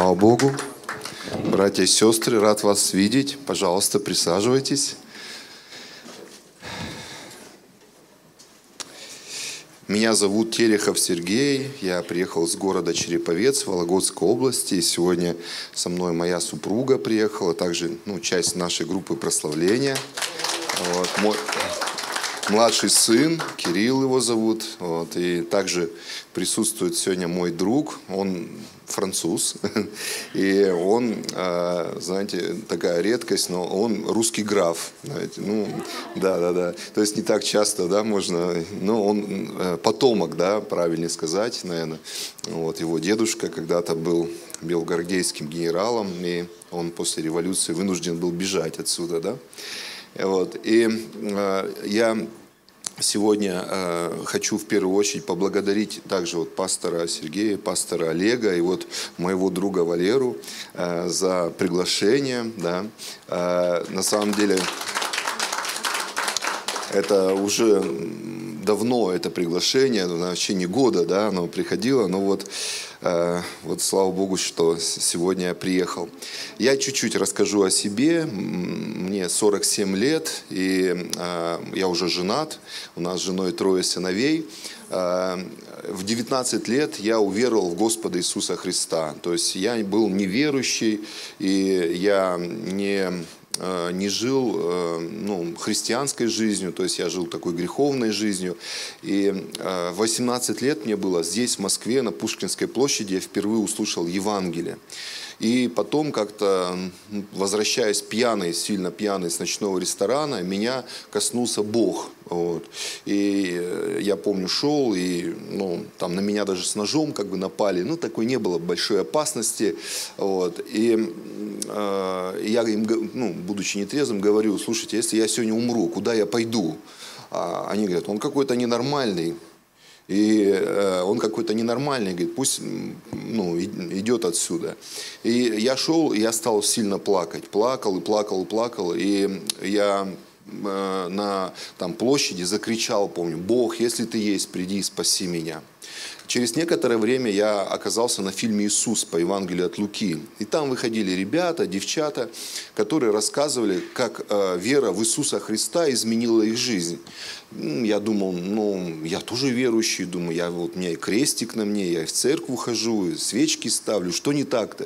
Слава Богу. Братья и сестры, рад вас видеть. Пожалуйста, присаживайтесь. Меня зовут Терехов Сергей. Я приехал с города Череповец, Вологодской области. И сегодня со мной моя супруга приехала, также часть нашей группы прославления. Мой младший сын, Кирилл его зовут. И также присутствует сегодня мой друг, он француз. И он, знаете, такая редкость, но он русский граф. Знаете, да. То есть не так часто, да, можно, но он потомок, да, правильнее сказать, наверное. Его дедушка когда-то был белогвардейским генералом, и он после революции вынужден был бежать отсюда, да. И я сегодня хочу в первую очередь поблагодарить также пастора Сергея, пастора Олега и моего друга Валеру за приглашение. Да. На самом деле это уже давно это приглашение, в течение года, да, оно приходило, но слава Богу, что сегодня я приехал. Я чуть-чуть расскажу о себе. Мне 47 лет, и я уже женат. У нас с женой 3 сыновей. В 19 лет я уверовал в Господа Иисуса Христа. То есть я был неверующий, и я не жил христианской жизнью, то есть я жил такой греховной жизнью. И 18 лет мне было здесь, в Москве, на Пушкинской площади, я впервые услышал Евангелие. И потом как-то, возвращаясь пьяный, сильно пьяный с ночного ресторана, меня коснулся Бог. И я помню, шел, и там на меня даже с ножом напали. Такой не было большой опасности. И я им, будучи нетрезвым, говорю: слушайте, если я сегодня умру, куда я пойду? Они говорят: он какой-то ненормальный. И он какой-то ненормальный, говорит, пусть идет отсюда. И я шел, и я стал сильно плакать. Плакал. И я на площади закричал, помню: Бог, если ты есть, приди и спаси меня. Через некоторое время я оказался на фильме «Иисус» по Евангелию от Луки. И там выходили ребята, девчата, которые рассказывали, как вера в Иисуса Христа изменила их жизнь. Я думал, я тоже верующий, думаю, у меня и крестик на мне, я и в церковь хожу, и свечки ставлю, что не так-то?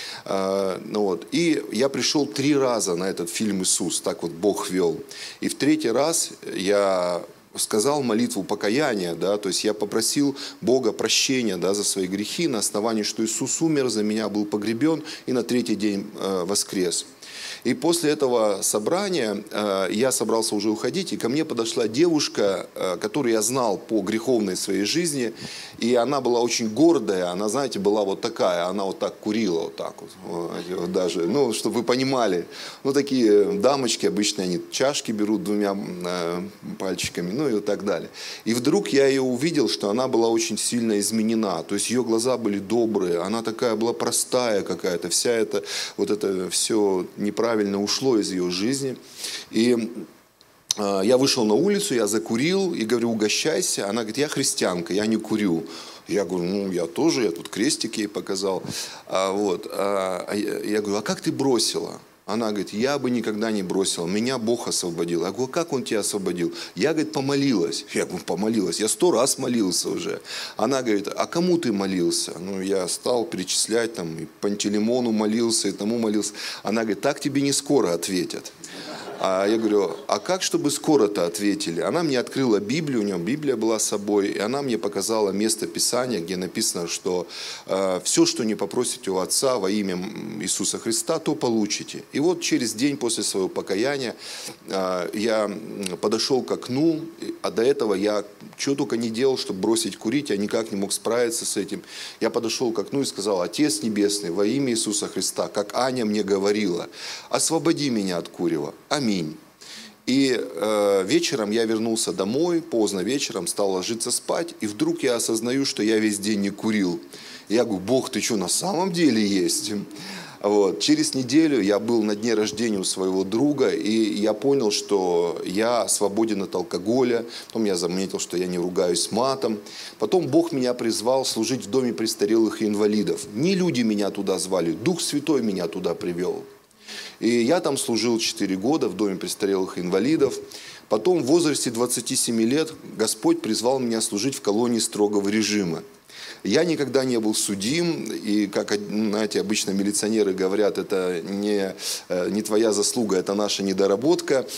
И я пришел 3 раза на этот фильм «Иисус», так Бог вел. И в 3-й раз я сказал молитву покаяния, да, то есть я попросил Бога прощения, да, за свои грехи на основании, что Иисус умер за меня, был погребен и на 3-й день воскрес. И после этого собрания я собрался уже уходить, и ко мне подошла девушка, которую я знал по греховной своей жизни, и она была очень гордая, она, знаете, была такая, она так курила, даже, чтобы вы понимали, такие дамочки, обычно они чашки берут 2 пальчиками, и так далее. И вдруг я ее увидел, что она была очень сильно изменена, то есть ее глаза были добрые, она такая была простая какая-то, вся это все неправильно ушло из ее жизни. И я вышел на улицу, я закурил и говорю: угощайся. Она говорит: я христианка, я не курю. Я говорю: я тоже, я тут крестик ей показал. Я говорю: а как ты бросила? Она говорит: я бы никогда не бросила, меня Бог освободил. Я говорю: как Он тебя освободил? Я, говорит, помолилась. Я говорю: помолилась? Я 100 раз молился уже. Она говорит: а кому ты молился? Я стал перечислять, и Пантелеймону молился, и тому молился. Она говорит: так тебе не скоро ответят. А я говорю: а как, чтобы скоро-то ответили? Она мне открыла Библию, у нее Библия была с собой, и она мне показала место Писания, где написано, что все, что не попросите у Отца во имя Иисуса Христа, то получите. И через день после своего покаяния я подошел к окну, а до этого я что только не делал, чтобы бросить курить, я никак не мог справиться с этим. Я подошел к окну и сказал: Отец Небесный, во имя Иисуса Христа, как Аня мне говорила, освободи меня от курева. Аминь. И вечером я вернулся домой, поздно вечером, стал ложиться спать, и вдруг я осознаю, что я весь день не курил. Я говорю: Бог, ты что, на самом деле есть? Вот. Через неделю я был на дне рождения у своего друга, и я понял, что я свободен от алкоголя. Потом я заметил, что я не ругаюсь матом. Потом Бог меня призвал служить в доме престарелых и инвалидов. Не люди меня туда звали, Дух Святой меня туда привел. И я там служил 4 года в доме престарелых и инвалидов. Потом в возрасте 27 лет Господь призвал меня служить в колонии строгого режима. Я никогда не был судим, и, как, знаете, обычно милиционеры говорят, это не твоя заслуга, это наша недоработка.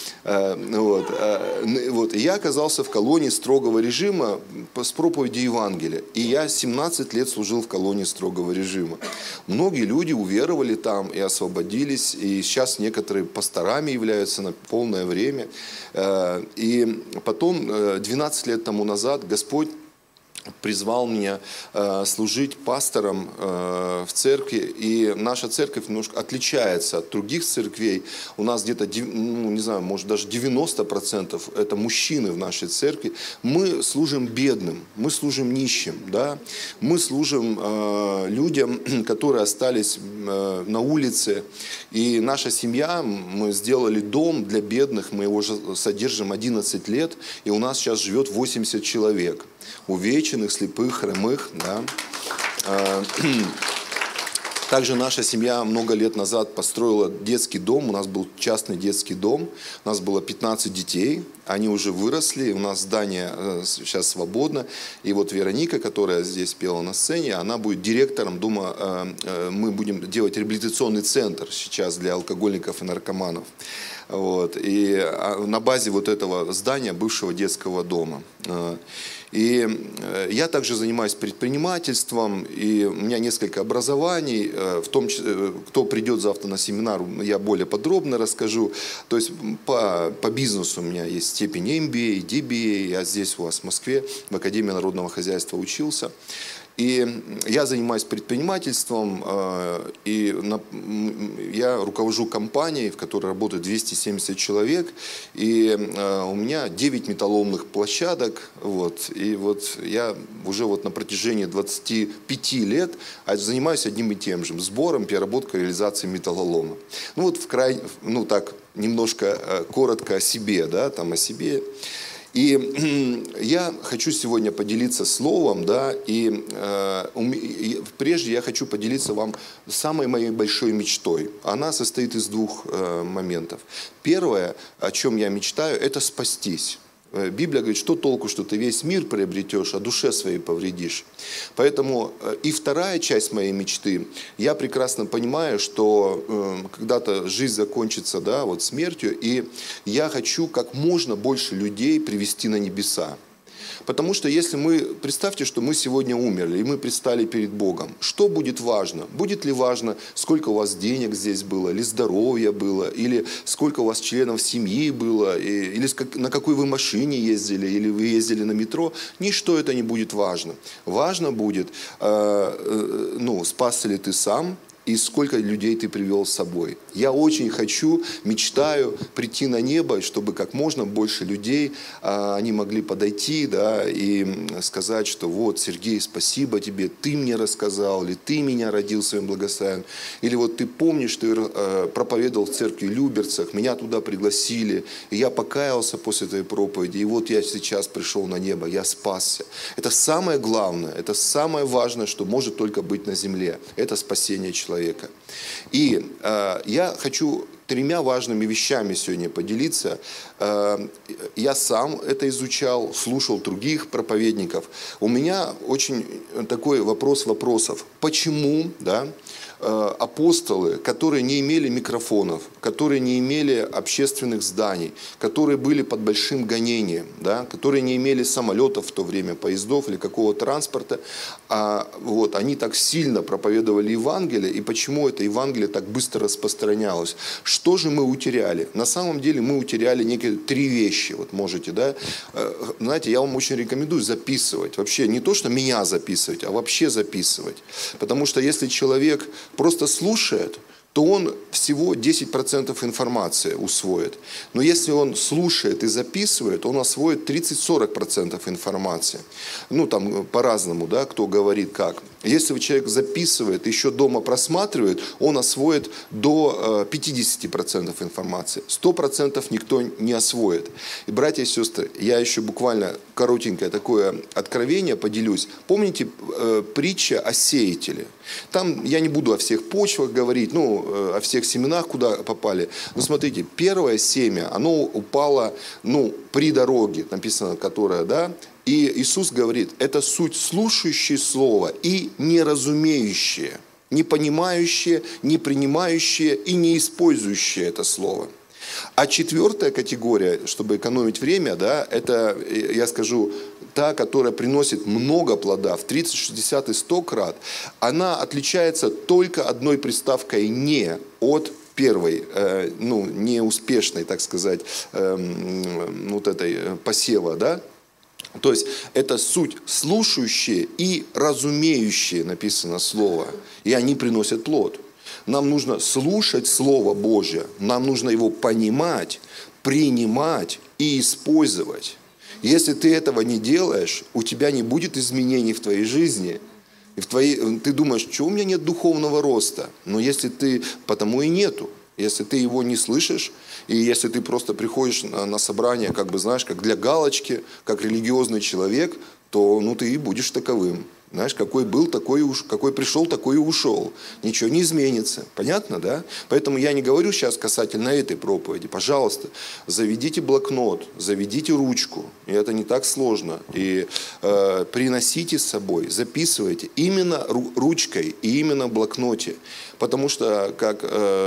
Вот. И я оказался в колонии строгого режима с проповедью Евангелия. И я 17 лет служил в колонии строгого режима. Многие люди уверовали там и освободились, и сейчас некоторые пасторами являются на полное время. И потом, 12 лет тому назад, Господь призвал меня служить пастором в церкви. И наша церковь немножко отличается от других церквей. У нас где-то, не знаю, может даже 90% это мужчины в нашей церкви. Мы служим бедным, мы служим нищим, да? Мы служим людям, которые остались на улице. И наша семья, мы сделали дом для бедных, мы его содержим 11 лет, и у нас сейчас живет 80 человек. Увеченных, слепых, хромых. Да. Также наша семья много лет назад построила детский дом. У нас был частный детский дом. У нас было 15 детей. Они уже выросли. У нас здание сейчас свободно. И вот Вероника, которая здесь пела на сцене, она будет директором дома. Мы будем делать реабилитационный центр сейчас для алкогольников и наркоманов. Вот. И на базе вот этого здания, бывшего детского дома. И я также занимаюсь предпринимательством, и у меня несколько образований, в том числе, кто придет завтра на семинар, я более подробно расскажу. То есть по бизнесу у меня есть степень MBA, DBA, я здесь у вас в Москве, в Академии народного хозяйства учился. И я занимаюсь предпринимательством, и я руковожу компанией, в которой работает 270 человек, и у меня 9 металлоломных площадок, вот, и вот я уже вот на протяжении 25 лет занимаюсь одним и тем же, сбором, переработкой, реализацией металлолома. Ну вот так немножко коротко о себе, да, там о себе. И я хочу сегодня поделиться словом, да, и прежде я хочу поделиться вам самой моей большой мечтой. Она состоит из двух моментов. Первое, о чем я мечтаю, это спастись. Библия говорит, что толку, что ты весь мир приобретешь, а душе своей повредишь. Поэтому и вторая часть моей мечты, я прекрасно понимаю, что когда-то жизнь закончится, да, вот смертью, и я хочу как можно больше людей привести на небеса. Потому что если представьте, что мы сегодня умерли, и мы предстали перед Богом, что будет важно? Будет ли важно, сколько у вас денег здесь было, или здоровья было, или сколько у вас членов семьи было, или на какой вы машине ездили, или вы ездили на метро? Ничто это не будет важно. Важно будет, спасся ли ты сам, и сколько людей ты привел с собой. Я очень хочу, мечтаю прийти на небо, чтобы как можно больше людей, они могли подойти, да, и сказать, что вот, Сергей, спасибо тебе, ты мне рассказал, или ты меня родил своим благословением, или вот ты помнишь, ты проповедовал в церкви Люберцах, меня туда пригласили, и я покаялся после этой проповеди, и вот я сейчас пришел на небо, я спасся. Это самое главное, это самое важное, что может только быть на земле, это спасение человека. И я хочу 3 важными вещами сегодня поделиться. Я сам это изучал, слушал других проповедников. У меня очень такой вопрос вопросов. Почему, да, апостолы, которые не имели микрофонов, которые не имели общественных зданий, которые были под большим гонением, да, которые не имели самолетов в то время, поездов или какого транспорта, они так сильно проповедовали Евангелие, и почему это Евангелие так быстро распространялось? Что же мы утеряли? На самом деле мы утеряли некие 3 вещи. Вот можете, да? Знаете, я вам очень рекомендую записывать. Вообще не то, что меня записывать, а вообще записывать. Потому что если человек просто слушает, то он всего 10% информации усвоит. Но если он слушает и записывает, он освоит 30-40% информации. Ну, там по-разному, да, кто говорит как. Если человек записывает, еще дома просматривает, он освоит до 50% информации. 100% никто не освоит. И, братья и сестры, я еще буквально коротенькое такое откровение поделюсь. Помните притча о сеятеле? Там я не буду о всех почвах говорить, ну, о всех семенах, куда попали. Но смотрите, первое семя, оно упало, ну, при дороге, написано, которая, да, и Иисус говорит, это суть слушающие слово и не разумеющие, не понимающие, не принимающие и не использующие это слово. А четвертая категория, чтобы экономить время, да, это, я скажу, та, которая приносит много плода, в 30, 60 и 100 крат, она отличается только одной приставкой «не» от первой, ну, неуспешной, так сказать, вот этой посева, да. То есть это суть слушающие и разумеющие, написано слово, и они приносят плод. Нам нужно слушать Слово Божье, нам нужно его понимать, принимать и использовать. Если ты этого не делаешь, у тебя не будет изменений в твоей жизни. И ты думаешь, что у меня нет духовного роста? Но если ты, потому и нету. Если ты его не слышишь, и если ты просто приходишь на собрание, как бы, знаешь, как для галочки, как религиозный человек, то ну, ты и будешь таковым. Знаешь, какой был, какой пришел, такой и ушел. Ничего не изменится. Понятно, да? Поэтому я не говорю сейчас касательно этой проповеди. Пожалуйста, заведите блокнот, заведите ручку. И это не так сложно. И приносите с собой, записывайте именно ручкой и именно в блокноте. Потому что, как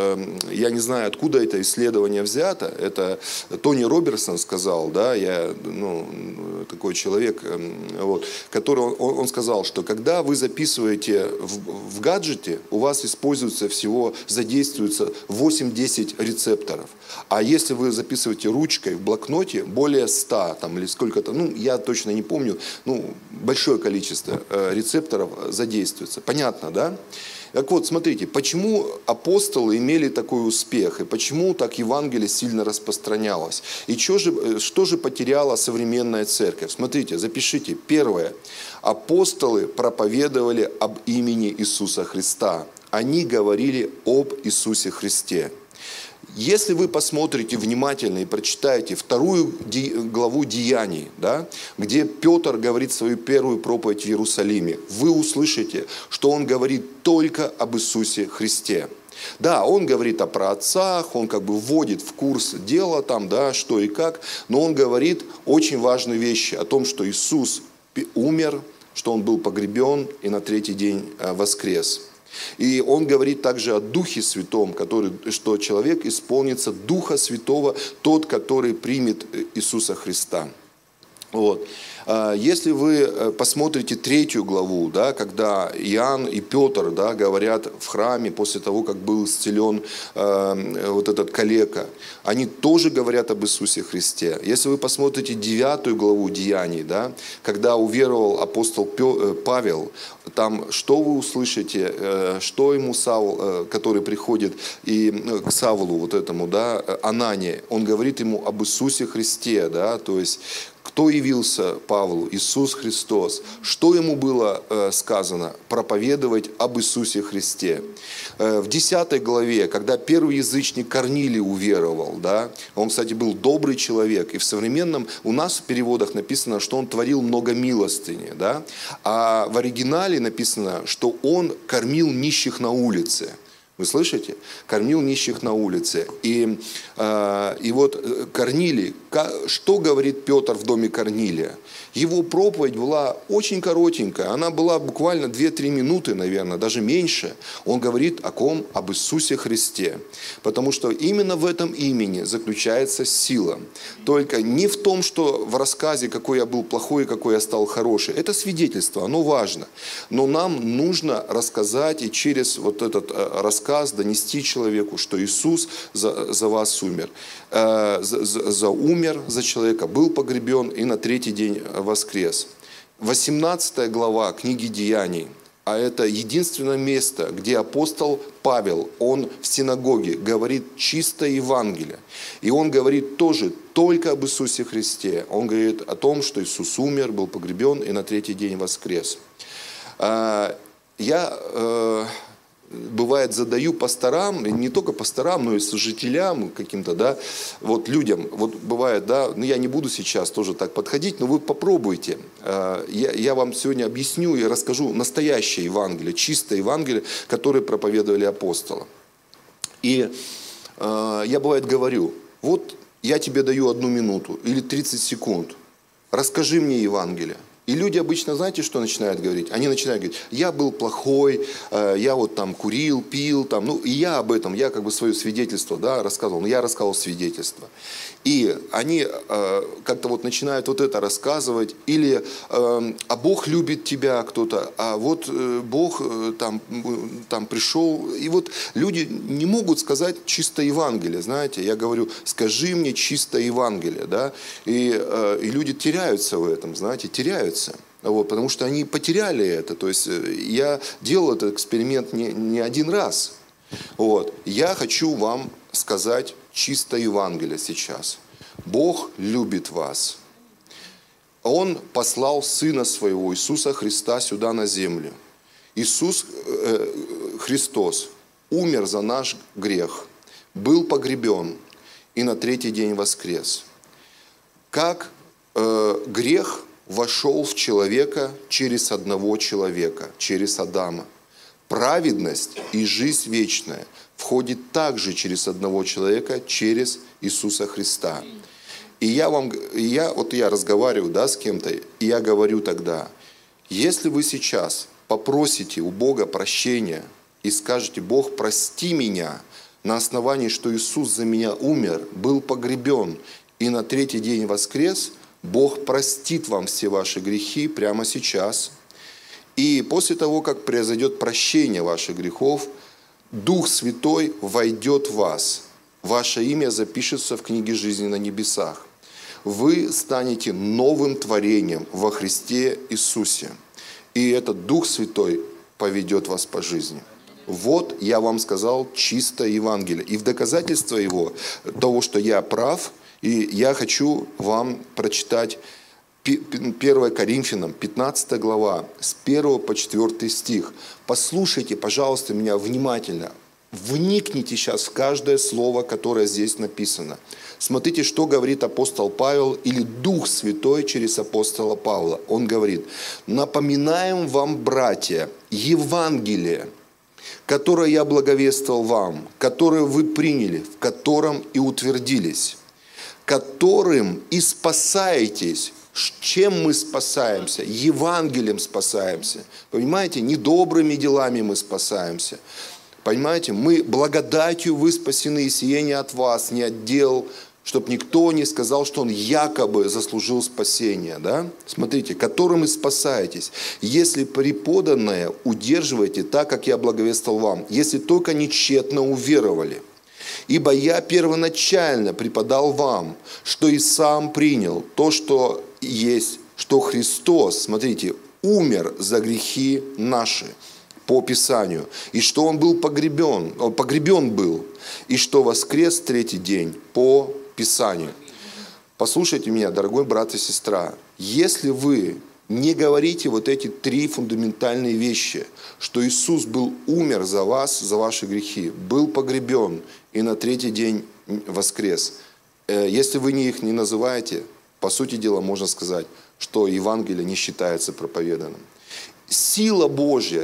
я не знаю, откуда это исследование взято, это Тони Робертсон сказал, да, я, ну, такой человек, вот, который, он сказал, что когда вы записываете в гаджете, у вас используется всего, задействуется 8-10 рецепторов. А если вы записываете ручкой в блокноте, более 100 там, или сколько-то, ну, я точно не помню, ну, большое количество рецепторов задействуется. Понятно, да? Так вот, смотрите, почему апостолы имели такой успех, и почему так Евангелие сильно распространялось, и что же потеряла современная церковь? Смотрите, запишите. Первое. Апостолы проповедовали об имени Иисуса Христа. Они говорили об Иисусе Христе. Если вы посмотрите внимательно и прочитаете 2 главу Деяний, да, где Петр говорит свою первую проповедь в Иерусалиме, вы услышите, что он говорит только об Иисусе Христе. Да, он говорит о праотцах, он как бы вводит в курс дела, там, да, что и как, но он говорит очень важные вещи о том, что Иисус умер, что он был погребен и на третий день воскрес. И он говорит также о Духе Святом, что человек исполнится Духа Святого, тот, который примет Иисуса Христа. Вот. Если вы посмотрите 3 главу, да, когда Иоанн и Петр, да, говорят в храме после того, как был исцелен вот этот калека, они тоже говорят об Иисусе Христе. Если вы посмотрите 9 главу Деяний, да, когда уверовал апостол Павел, там что вы услышите, что ему Савл, который приходит и к Савлу вот этому, да, Анане, он говорит ему об Иисусе Христе, да, то есть кто явился Павлу? Иисус Христос. Что ему было сказано? Проповедовать об Иисусе Христе. В 10 главе, когда первый язычник Корнилий уверовал, да, он, кстати, был добрый человек, и в современном, у нас в переводах написано, что он творил много милостыни, да, а в оригинале написано, что он кормил нищих на улице. Вы слышите? Кормил нищих на улице. И вот Корнилий, что говорит Петр в доме Корнилия? Его проповедь была очень коротенькая. Она была буквально 2-3 минуты, наверное, даже меньше. Он говорит о ком? Об Иисусе Христе. Потому что именно в этом имени заключается сила. Только не в том, что в рассказе, какой я был плохой и какой я стал хороший. Это свидетельство, оно важно. Но нам нужно рассказать и через вот этот рассказ донести человеку, что Иисус за вас умер. Умер за человека, был погребен и на третий день воскрес. 18 глава книги Деяний. а это единственное место, где апостол Павел, он в синагоге говорит чистое Евангелие. И он говорит тоже только об Иисусе Христе. Он говорит о том, что Иисус умер, был погребен и на третий день воскрес. Я, бывает, задаю пасторам, не только пасторам, но и служителям каким-то, да, вот людям, вот бывает, да, ну я не буду сейчас тоже так подходить, но вы попробуйте. Я вам сегодня объясню и расскажу настоящее Евангелие, чистое Евангелие, которое проповедовали апостолы. И я, бывает, говорю, вот я тебе даю 1 минуту или 30 секунд, расскажи мне Евангелие. И люди обычно, знаете, что начинают говорить? Они начинают говорить, я был плохой, я вот там курил, пил, там, ну, и я об этом, я как бы свое свидетельство, да, рассказывал, но я рассказывал свидетельство. И они как-то вот начинают вот это рассказывать, или а Бог любит тебя кто-то, а вот Бог там пришел, и вот люди не могут сказать чисто Евангелие, знаете, я говорю, скажи мне чисто Евангелие, да, и люди теряются в этом, знаете, теряются. Вот, потому что они потеряли это. То есть я делал этот эксперимент не один раз. Вот. Я хочу вам сказать чисто Евангелие сейчас. Бог любит вас. Он послал Сына Своего, Иисуса Христа, сюда на землю. Иисус Христос умер за наш грех, был погребен и на третий день воскрес. Как грех вошел в человека через одного человека, через Адама. Праведность и жизнь вечная входит также через одного человека, через Иисуса Христа. И я разговариваю, да, с кем-то, и я говорю тогда, если вы сейчас попросите у Бога прощения и скажете, Бог, прости меня, на основании, что Иисус за меня умер, был погребен и на третий день воскрес, Бог простит вам все ваши грехи прямо сейчас. И после того, как произойдет прощение ваших грехов, Дух Святой войдет в вас. Ваше имя запишется в книге жизни на небесах. Вы станете новым творением во Христе Иисусе. И этот Дух Святой поведет вас по жизни. Вот я вам сказал чистое Евангелие. И в доказательство его, того, что я прав, и я хочу вам прочитать 1 Коринфянам, 15 глава, с 1 по 4 стих. Послушайте, пожалуйста, меня внимательно. Вникните сейчас в каждое слово, которое здесь написано. Смотрите, что говорит апостол Павел или Дух Святой через апостола Павла. Он говорит, напоминаем вам, братья, Евангелие, которое я благовествовал вам, которое вы приняли, в котором и утвердились, которым и спасаетесь. Чем мы спасаемся? Евангелием спасаемся. Понимаете, не добрыми делами мы спасаемся. Понимаете, мы благодатью вы спасены, и сие не от вас, не от дел, чтобы никто не сказал, что он якобы заслужил спасение. Да? Смотрите, которым и спасаетесь. Если преподанное удерживаете так, как я благовествовал вам, если только не тщетно уверовали. Ибо я первоначально преподал вам, что и сам принял то, что есть, что Христос, смотрите, умер за грехи наши по Писанию, и что Он был погребен был, и что воскрес третий день по Писанию. Послушайте меня, дорогой брат и сестра, если вы не говорите вот эти 3 фундаментальные вещи, что Иисус умер за вас, за ваши грехи, был погребен и на третий день воскрес. Если вы их не называете, по сути дела можно сказать, что Евангелие не считается проповеданным. Сила Божья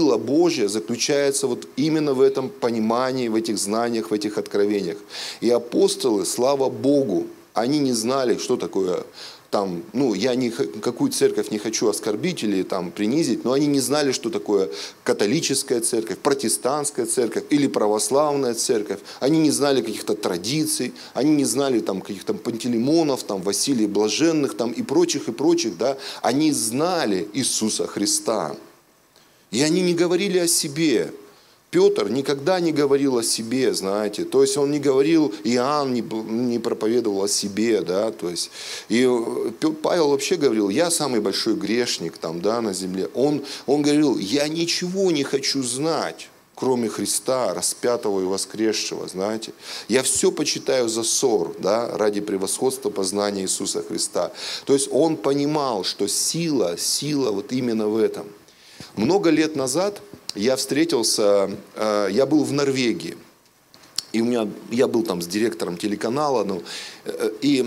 заключается вот именно в этом понимании, в этих знаниях, в этих откровениях. И апостолы, слава Богу, они не знали, что такое там, я какую церковь не хочу оскорбить или там принизить, но они не знали, что такое католическая церковь, протестантская церковь или православная церковь. Они не знали каких-то традиций, они не знали там каких-то Пантелеймонов, там Василий Блаженных там и прочих, да. Они знали Иисуса Христа. И они не говорили о себе. Петр никогда не говорил о себе, знаете, то есть он не говорил, Иоанн не проповедовал о себе, да, то есть, и Павел вообще говорил, я самый большой грешник там, да, на земле, он говорил, я ничего не хочу знать, кроме Христа, распятого и воскресшего, знаете, я все почитаю за ссор, да, ради превосходства познания Иисуса Христа, то есть он понимал, что сила вот именно в этом. Много лет назад я встретился, я был в Норвегии, и я был там с директором телеканала, и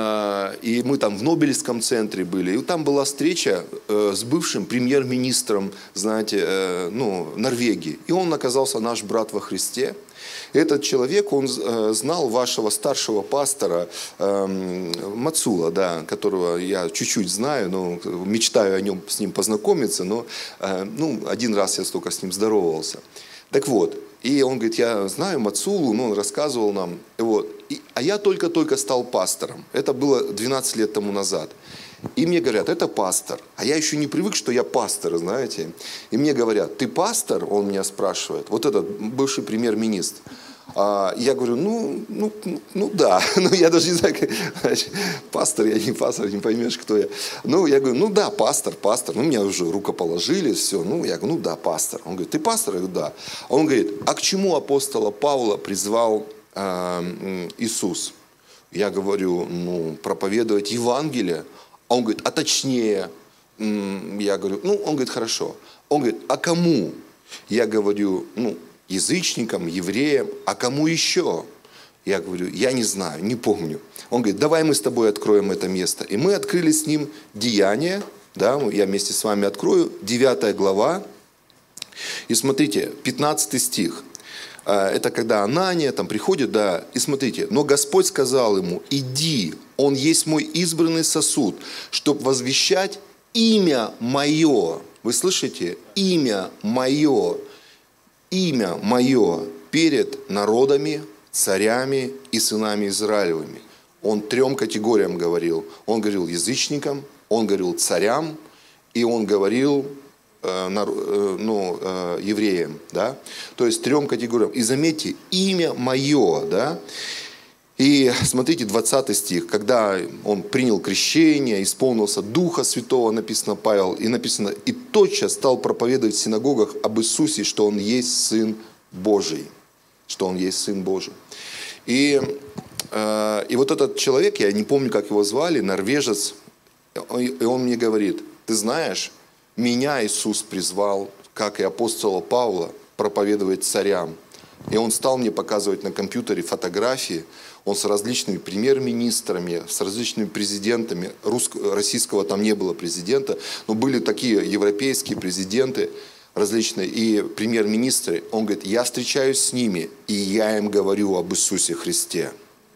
мы там в Нобелевском центре были, и там была встреча с бывшим премьер-министром, знаете, Норвегии, и он оказался наш брат во Христе. Этот человек, он знал вашего старшего пастора Мацула, да, которого я чуть-чуть знаю, но мечтаю о нем с ним познакомиться, но один раз я только с ним здоровался. Так вот, и он говорит, я знаю Мацулу, он рассказывал нам, вот, а я только-только стал пастором, это было 12 лет тому назад. И мне говорят, это пастор. А я еще не привык, что я пастор, знаете. И мне говорят, ты пастор? Он меня спрашивает. Вот этот бывший премьер-министр. Я говорю, да. Я даже не знаю, пастор, я не пастор, не поймешь, кто я. Я говорю, да, пастор. Меня уже рукоположили, все. Я говорю, да, пастор. Он говорит, ты пастор? Я говорю, да. Он говорит, а к чему апостола Павла призвал Иисус? Я говорю, проповедовать Евангелие. Он говорит, а точнее, я говорю, он говорит, хорошо. Он говорит, а кому? Я говорю, язычникам, евреям, а кому еще? Я говорю, я не знаю, не помню. Он говорит, давай мы с тобой откроем это место. И мы открыли с ним Деяния, да, я вместе с вами открою, 9 глава. И смотрите, 15 стих. Это когда Анания там приходит, да, и смотрите, но Господь сказал ему, иди, он есть мой избранный сосуд, чтобы возвещать имя мое. Вы слышите? Имя мое перед народами, царями и сынами Израилевыми. Он 3 категориям говорил. Он говорил язычникам, он говорил царям, и он говорил евреям, да, то есть 3 категориям. И заметьте, имя мое, да, и смотрите 20 стих, когда он принял крещение, исполнился Духа Святого, написано Павел, и написано, и тотчас стал проповедовать в синагогах об Иисусе, что Он есть Сын Божий, что Он есть Сын Божий. И вот этот человек, я не помню, как его звали, норвежец, и он мне говорит, ты знаешь, меня Иисус призвал, как и апостола Павла, проповедовать царям. И он стал мне показывать на компьютере фотографии, он с различными премьер-министрами, с различными президентами, российского там не было президента, но были такие европейские президенты различные и премьер-министры. Он говорит, я встречаюсь с ними, и я им говорю об Иисусе Христе.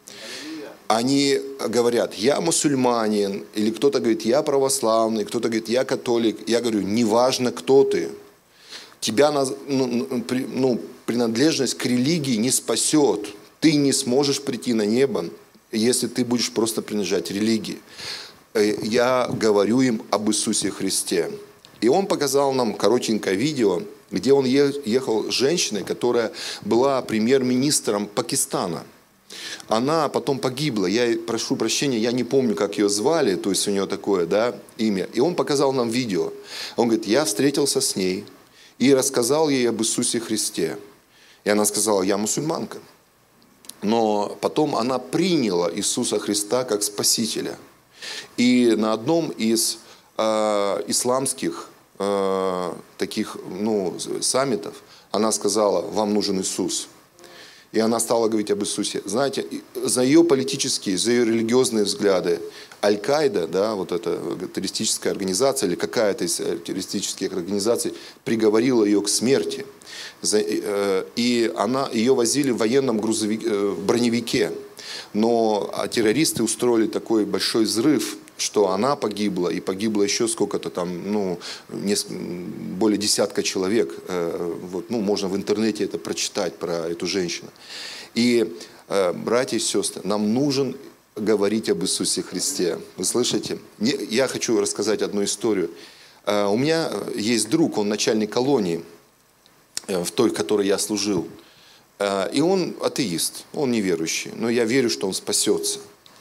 Они говорят, я мусульманин, или кто-то говорит, я православный, кто-то говорит, я католик. Я говорю, неважно, кто ты. Тебя принадлежность к религии не спасет. Ты не сможешь прийти на небо, если ты будешь просто принадлежать религии. Я говорю им об Иисусе Христе. И он показал нам коротенькое видео, где он ехал с женщиной, которая была премьер-министром Пакистана. Она потом погибла, я прошу прощения, я не помню, как ее звали, то есть у нее такое, да, имя. И он показал нам видео. Он говорит, я встретился с ней и рассказал ей об Иисусе Христе. И она сказала, я мусульманка. Но потом она приняла Иисуса Христа как Спасителя. И на одном из исламских таких саммитов она сказала, вам нужен Иисус. И она стала говорить об Иисусе. Знаете, за ее политические, за ее религиозные взгляды Аль-Каида, да, вот эта террористическая организация или какая-то из террористических организаций приговорила ее к смерти. И ее возили в военном броневике. Но террористы устроили такой большой взрыв, что она погибла, и погибло еще сколько-то там, более 10 человек. Можно в интернете это прочитать про эту женщину. И, братья и сестры, нам нужен говорить об Иисусе Христе. Вы слышите? Я хочу рассказать одну историю. У меня есть друг, он начальник колонии. в той, в которой я служил. И он атеист, он неверующий, но я верю, что он спасется.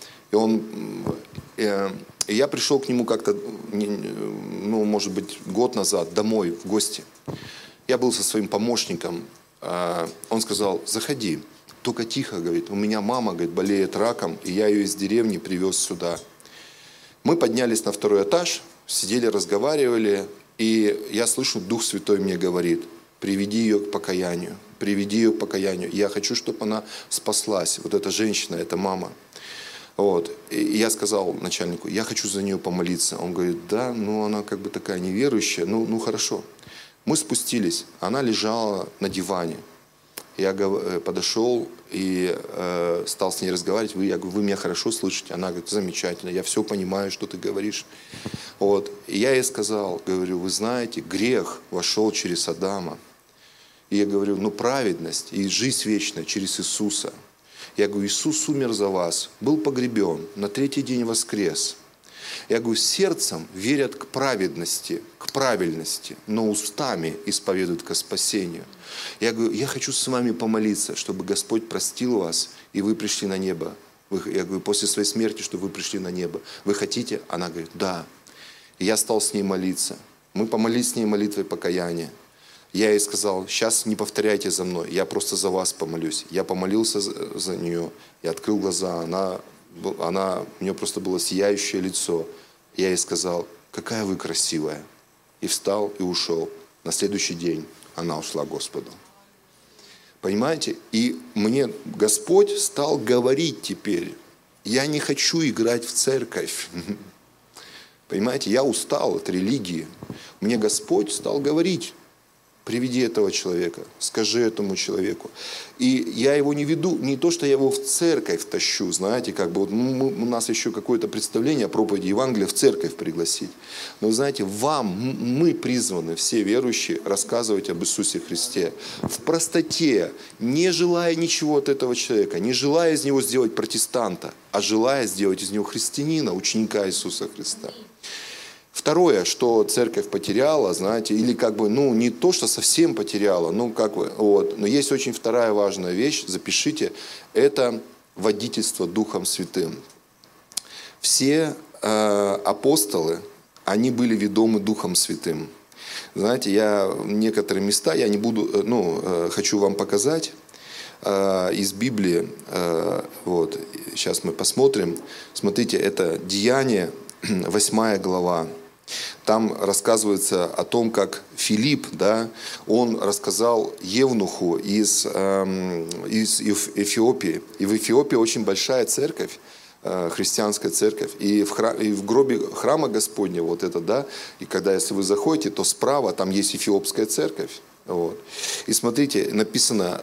И я пришел к нему как-то, ну, может быть, год назад домой в гости. Я был со своим помощником. Он сказал: заходи, только тихо, говорит, у меня мама, говорит, болеет раком, и я ее из деревни привез сюда. Мы поднялись на второй этаж, сидели, разговаривали, и я слышу, Дух Святой мне говорит: приведи ее к покаянию, приведи ее к покаянию. Я хочу, чтобы она спаслась. Вот эта женщина, эта мама. Вот. И я сказал начальнику: я хочу за нее помолиться. Он говорит: да, ну она как бы такая неверующая, ну хорошо. Мы спустились, она лежала на диване. Я подошел и стал с ней разговаривать. Я говорю: вы меня хорошо слышите? Она говорит: замечательно, я все понимаю, что ты говоришь. Вот. И я ей сказал, говорю: вы знаете, грех вошел через Адама. И я говорю: ну праведность и жизнь вечная через Иисуса. Я говорю: Иисус умер за вас, был погребен, на третий день воскрес. Я говорю: сердцем верят к праведности, к правильности, но устами исповедуют ко спасению. Я говорю: я хочу с вами помолиться, чтобы Господь простил вас, и вы пришли на небо. Я говорю: после своей смерти, чтобы вы пришли на небо. Вы хотите? Она говорит: да. И я стал с ней молиться. Мы помолились с ней молитвой покаяния. Я ей сказал: сейчас не повторяйте за мной, я просто за вас помолюсь. Я помолился за нее, я открыл глаза, у нее просто было сияющее лицо. Я ей сказал: какая вы красивая. И встал и ушел. На следующий день она ушла к Господу. Понимаете? И мне Господь стал говорить теперь: я не хочу играть в церковь. Понимаете? Я устал от религии. Мне Господь стал говорить: приведи этого человека, скажи этому человеку. И я его не веду, не то, что я его в церковь тащу, знаете, как бы вот у нас еще какое-то представление о проповеди Евангелия в церковь пригласить. Но вы знаете, мы призваны, все верующие, рассказывать об Иисусе Христе в простоте, не желая ничего от этого человека, не желая из него сделать протестанта, а желая сделать из него христианина, ученика Иисуса Христа. Второе, что церковь потеряла, знаете, или как бы, ну, не то, что совсем потеряла, ну, как бы, вот. Но есть очень вторая важная вещь, запишите, это водительство Духом Святым. Все апостолы, они были ведомы Духом Святым. Знаете, некоторые места, я не буду, хочу вам показать из Библии, вот, сейчас мы посмотрим. Смотрите, это Деяния, 8 глава. Там рассказывается о том, как Филипп, да, он рассказал евнуху из Эфиопии. И в Эфиопии очень большая церковь, христианская церковь. И в гробе храма Господня, вот это, да, и когда, если вы заходите, то справа там есть эфиопская церковь. Вот. И смотрите, написано: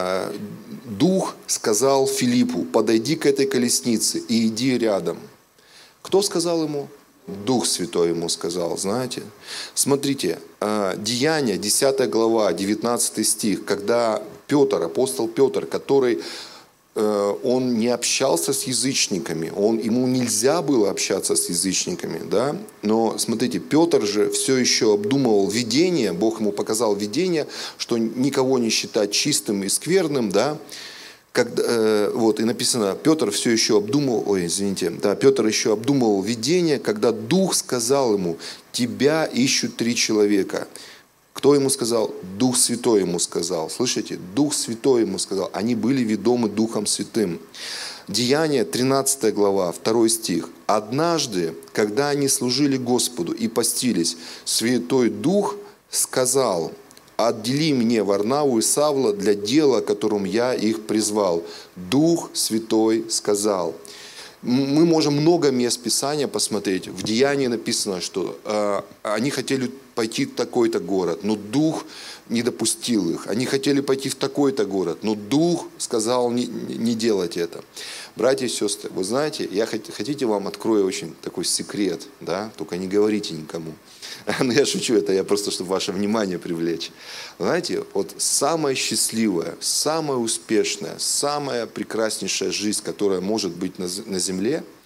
Дух сказал Филиппу: подойди к этой колеснице и иди рядом. Кто сказал ему? Дух Святой ему сказал, знаете. Смотрите, Деяния, 10 глава, 19 стих, когда Петр, апостол Петр, который, он не общался с язычниками, ему нельзя было общаться с язычниками, да, но смотрите, Петр же все еще обдумывал видение, Бог ему показал видение, что никого не считать чистым и скверным, да. Вот, и написано, Петр все еще обдумывал, Петр еще обдумывал видение, когда Дух сказал ему: тебя ищут 3 человека. Кто ему сказал? Дух Святой ему сказал. Слышите? Дух Святой ему сказал. Они были ведомы Духом Святым. Деяния, 13 глава, 2 стих. Однажды, когда они служили Господу и постились, Святой Дух сказал: отдели мне Варнаву и Савла для дела, которым я их призвал. Дух Святой сказал. Мы можем много мест Писания посмотреть. В Деянии написано, что они хотели пойти в такой-то город, но Дух не допустил их. Они хотели пойти в такой-то город, но Дух сказал не делать это. Братья и сестры, вы знаете, хотите, вам открою очень такой секрет, да? Только не говорите никому. Но я шучу, это я просто, чтобы ваше внимание привлечь. Знаете, вот самая счастливая, самая успешная, самая прекраснейшая жизнь, которая может быть на земле,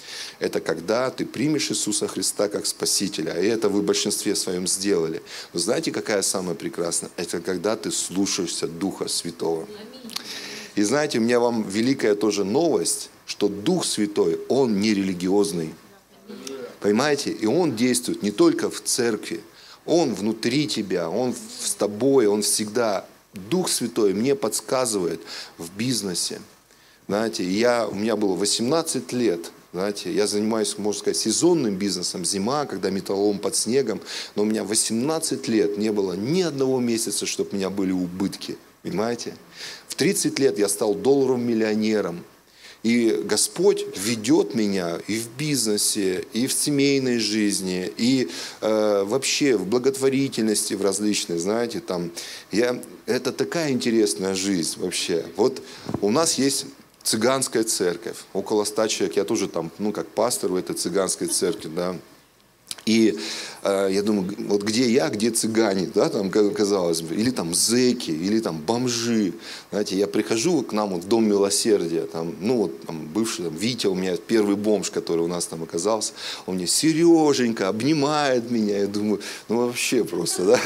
Это когда ты примешь Иисуса Христа как Спасителя. И это вы в большинстве своем сделали. Но знаете, какая самая прекрасная? Это когда ты слушаешься Духа Святого. И знаете, у меня вам великая тоже новость, что Дух Святой, Он не религиозный. Понимаете? И Он действует не только в церкви. Он внутри тебя, Он с тобой, Он всегда. Дух Святой мне подсказывает в бизнесе. Знаете, у меня было 18 лет. Знаете, я занимаюсь, можно сказать, сезонным бизнесом, зима, когда металлолом под снегом. Но у меня 18 лет не было ни одного месяца, чтобы у меня были убытки. Понимаете? В 30 лет я стал долларовым миллионером. И Господь ведет меня и в бизнесе, и в семейной жизни, и вообще в благотворительности, в различной, знаете, там. Это такая интересная жизнь вообще. Вот у нас есть цыганская церковь, около 100 человек, я тоже там, как пастор в этой цыганской церкви, да. И я думаю, вот где я, где цыгане, да, там, казалось бы, или там зэки, или там бомжи. Знаете, я прихожу к нам в Дом Милосердия, там, там бывший там, Витя, у меня первый бомж, который у нас там оказался, он мне Сереженька обнимает меня, я думаю, вообще просто, да,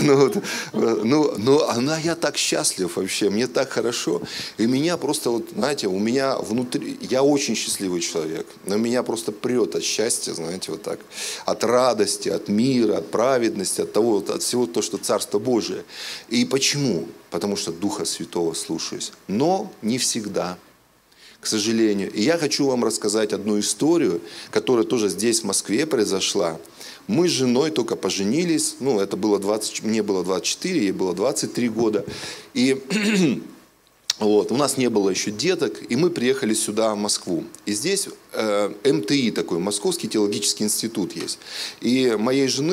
я так счастлив вообще, мне так хорошо, и меня просто, вот, знаете, у меня внутри, я очень счастливый человек, но меня просто прет от счастья, знаете, вот так, от радости, от мира, от праведности, от всего того, что Царство Божие. И почему? Потому что Духа Святого слушаюсь. Но не всегда, к сожалению. И я хочу вам рассказать одну историю, которая тоже здесь, в Москве, произошла. Мы с женой только поженились, это было мне было 24, ей было 23 года. И у нас не было еще деток, и мы приехали сюда, в Москву. И здесь МТИ такой, Московский теологический институт есть. И у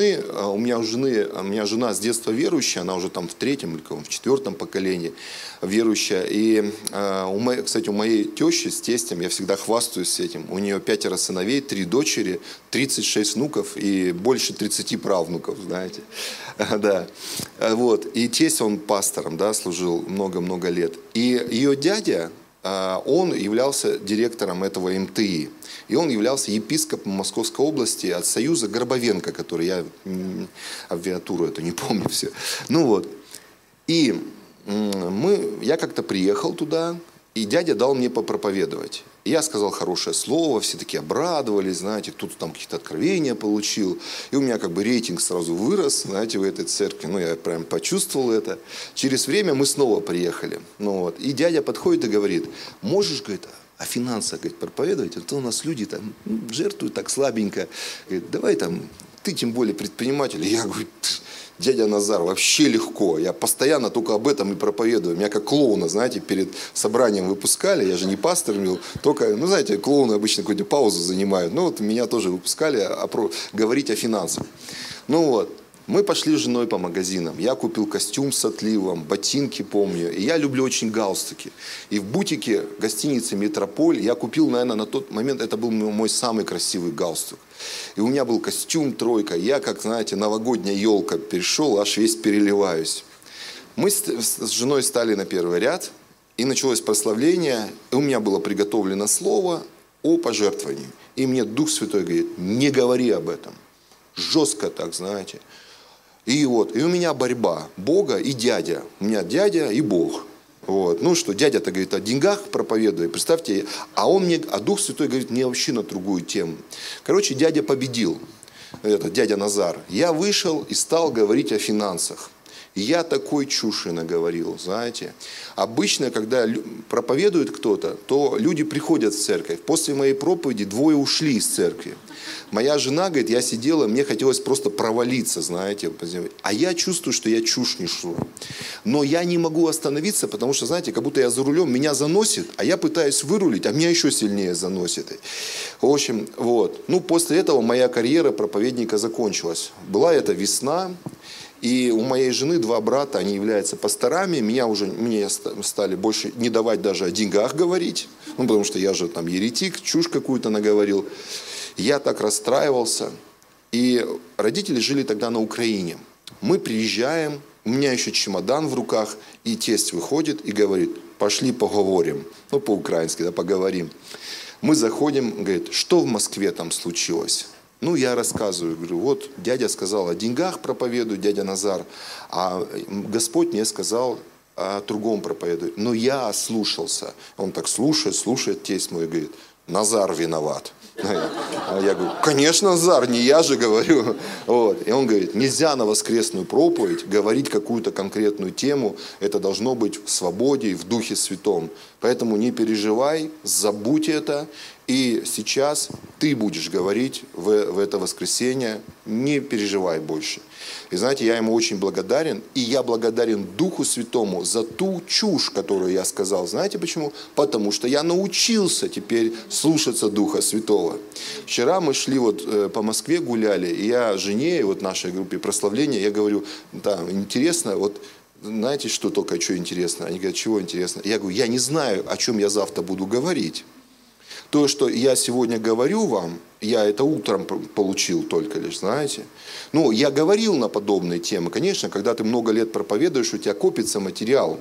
меня жена с детства верующая, она уже там в 3-м или в 4-м поколении верующая. И, кстати, у моей тещи с тестем, я всегда хвастаюсь этим, у нее 5 сыновей, 3 дочери, 36 внуков и больше 30 правнуков, знаете. Да. И тесть, он пастором, да, служил много-много лет. И ее дядя, он являлся директором этого МТИ. И он являлся епископом Московской области от Союза Горбовенко, который я аббревиатуру эту не помню все. И я как-то приехал туда, и дядя дал мне попроповедовать. И я сказал хорошее слово, все такие обрадовались, знаете, кто-то там какие-то откровения получил. И у меня рейтинг сразу вырос, знаете, в этой церкви. Я прям почувствовал это. Через время мы снова приехали. И дядя подходит и говорит, можешь, говорит, о финансах, говорит, проповедовать? А то у нас люди там жертвуют так слабенько. Говорит, давай там, ты тем более предприниматель. И я говорю, дядя Назар, вообще легко. Я постоянно только об этом и проповедую. Меня как клоуна, знаете, перед собранием выпускали. Я же не пастор был. Только, знаете, клоуны обычно какую-то паузу занимают. Меня тоже выпускали говорить о финансах. Мы пошли с женой по магазинам. Я купил костюм с отливом, ботинки помню. И я люблю очень галстуки. И в бутике гостиницы «Метрополь» я купил, наверное, на тот момент, это был мой самый красивый галстук. И у меня был костюм тройка. Я, как, знаете, новогодняя елка перешел, аж весь переливаюсь. Мы с женой стали на первый ряд. И началось прославление. И у меня было приготовлено слово о пожертвовании. И мне Дух Святой говорит, не говори об этом. Жестко так, знаете. И у меня борьба Бога и дядя. У меня дядя и Бог. Дядя-то говорит о деньгах проповедует, представьте, а Дух Святой говорит мне вообще на другую тему. Короче, дядя победил, дядя Назар. Я вышел и стал говорить о финансах. Я такой чуши наговорил, знаете. Обычно, когда проповедует кто-то, то люди приходят в церковь. После моей проповеди 2 ушли из церкви. Моя жена, говорит, я сидела, мне хотелось просто провалиться, знаете. А я чувствую, что я чушь нешу. Но я не могу остановиться, потому что, знаете, как будто я за рулем, меня заносит, а я пытаюсь вырулить, а меня еще сильнее заносит. В общем, после этого моя карьера проповедника закончилась. Была это весна. И у моей жены 2 брата, они являются пасторами. Мне стали больше не давать даже о деньгах говорить. Потому что я же там еретик, чушь какую-то наговорил. Я так расстраивался. И родители жили тогда на Украине. Мы приезжаем, у меня еще чемодан в руках. И тесть выходит и говорит, пошли поговорим. По-украински, да, поговорим. Мы заходим, говорит, что в Москве там случилось? Ну, я рассказываю, говорю, вот дядя сказал о деньгах проповедую, дядя Назар, а Господь мне сказал о другом проповедую. Но я ослушался. Он так слушает, тесть мой говорит, Назар виноват. А я говорю, конечно, Назар, не я же говорю. Вот. И он говорит, нельзя на воскресную проповедь говорить какую-то конкретную тему, это должно быть в свободе и в Духе Святом. Поэтому не переживай, забудь это, и сейчас ты будешь говорить в это воскресенье, не переживай больше. И знаете, я ему очень благодарен, и я благодарен Духу Святому за ту чушь, которую я сказал. Знаете почему? Потому что я научился теперь слушаться Духа Святого. Вчера мы шли вот по Москве гуляли, и я жене, и вот нашей группе прославления, я говорю, да, интересно, вот знаете, что только, что интересно? Они говорят, чего интересно? Я говорю, я не знаю, о чем я завтра буду говорить. То, что я сегодня говорю вам, я это утром получил только лишь, знаете. Ну, я говорил на подобные темы. Конечно, когда ты много лет проповедуешь, у тебя копится материал.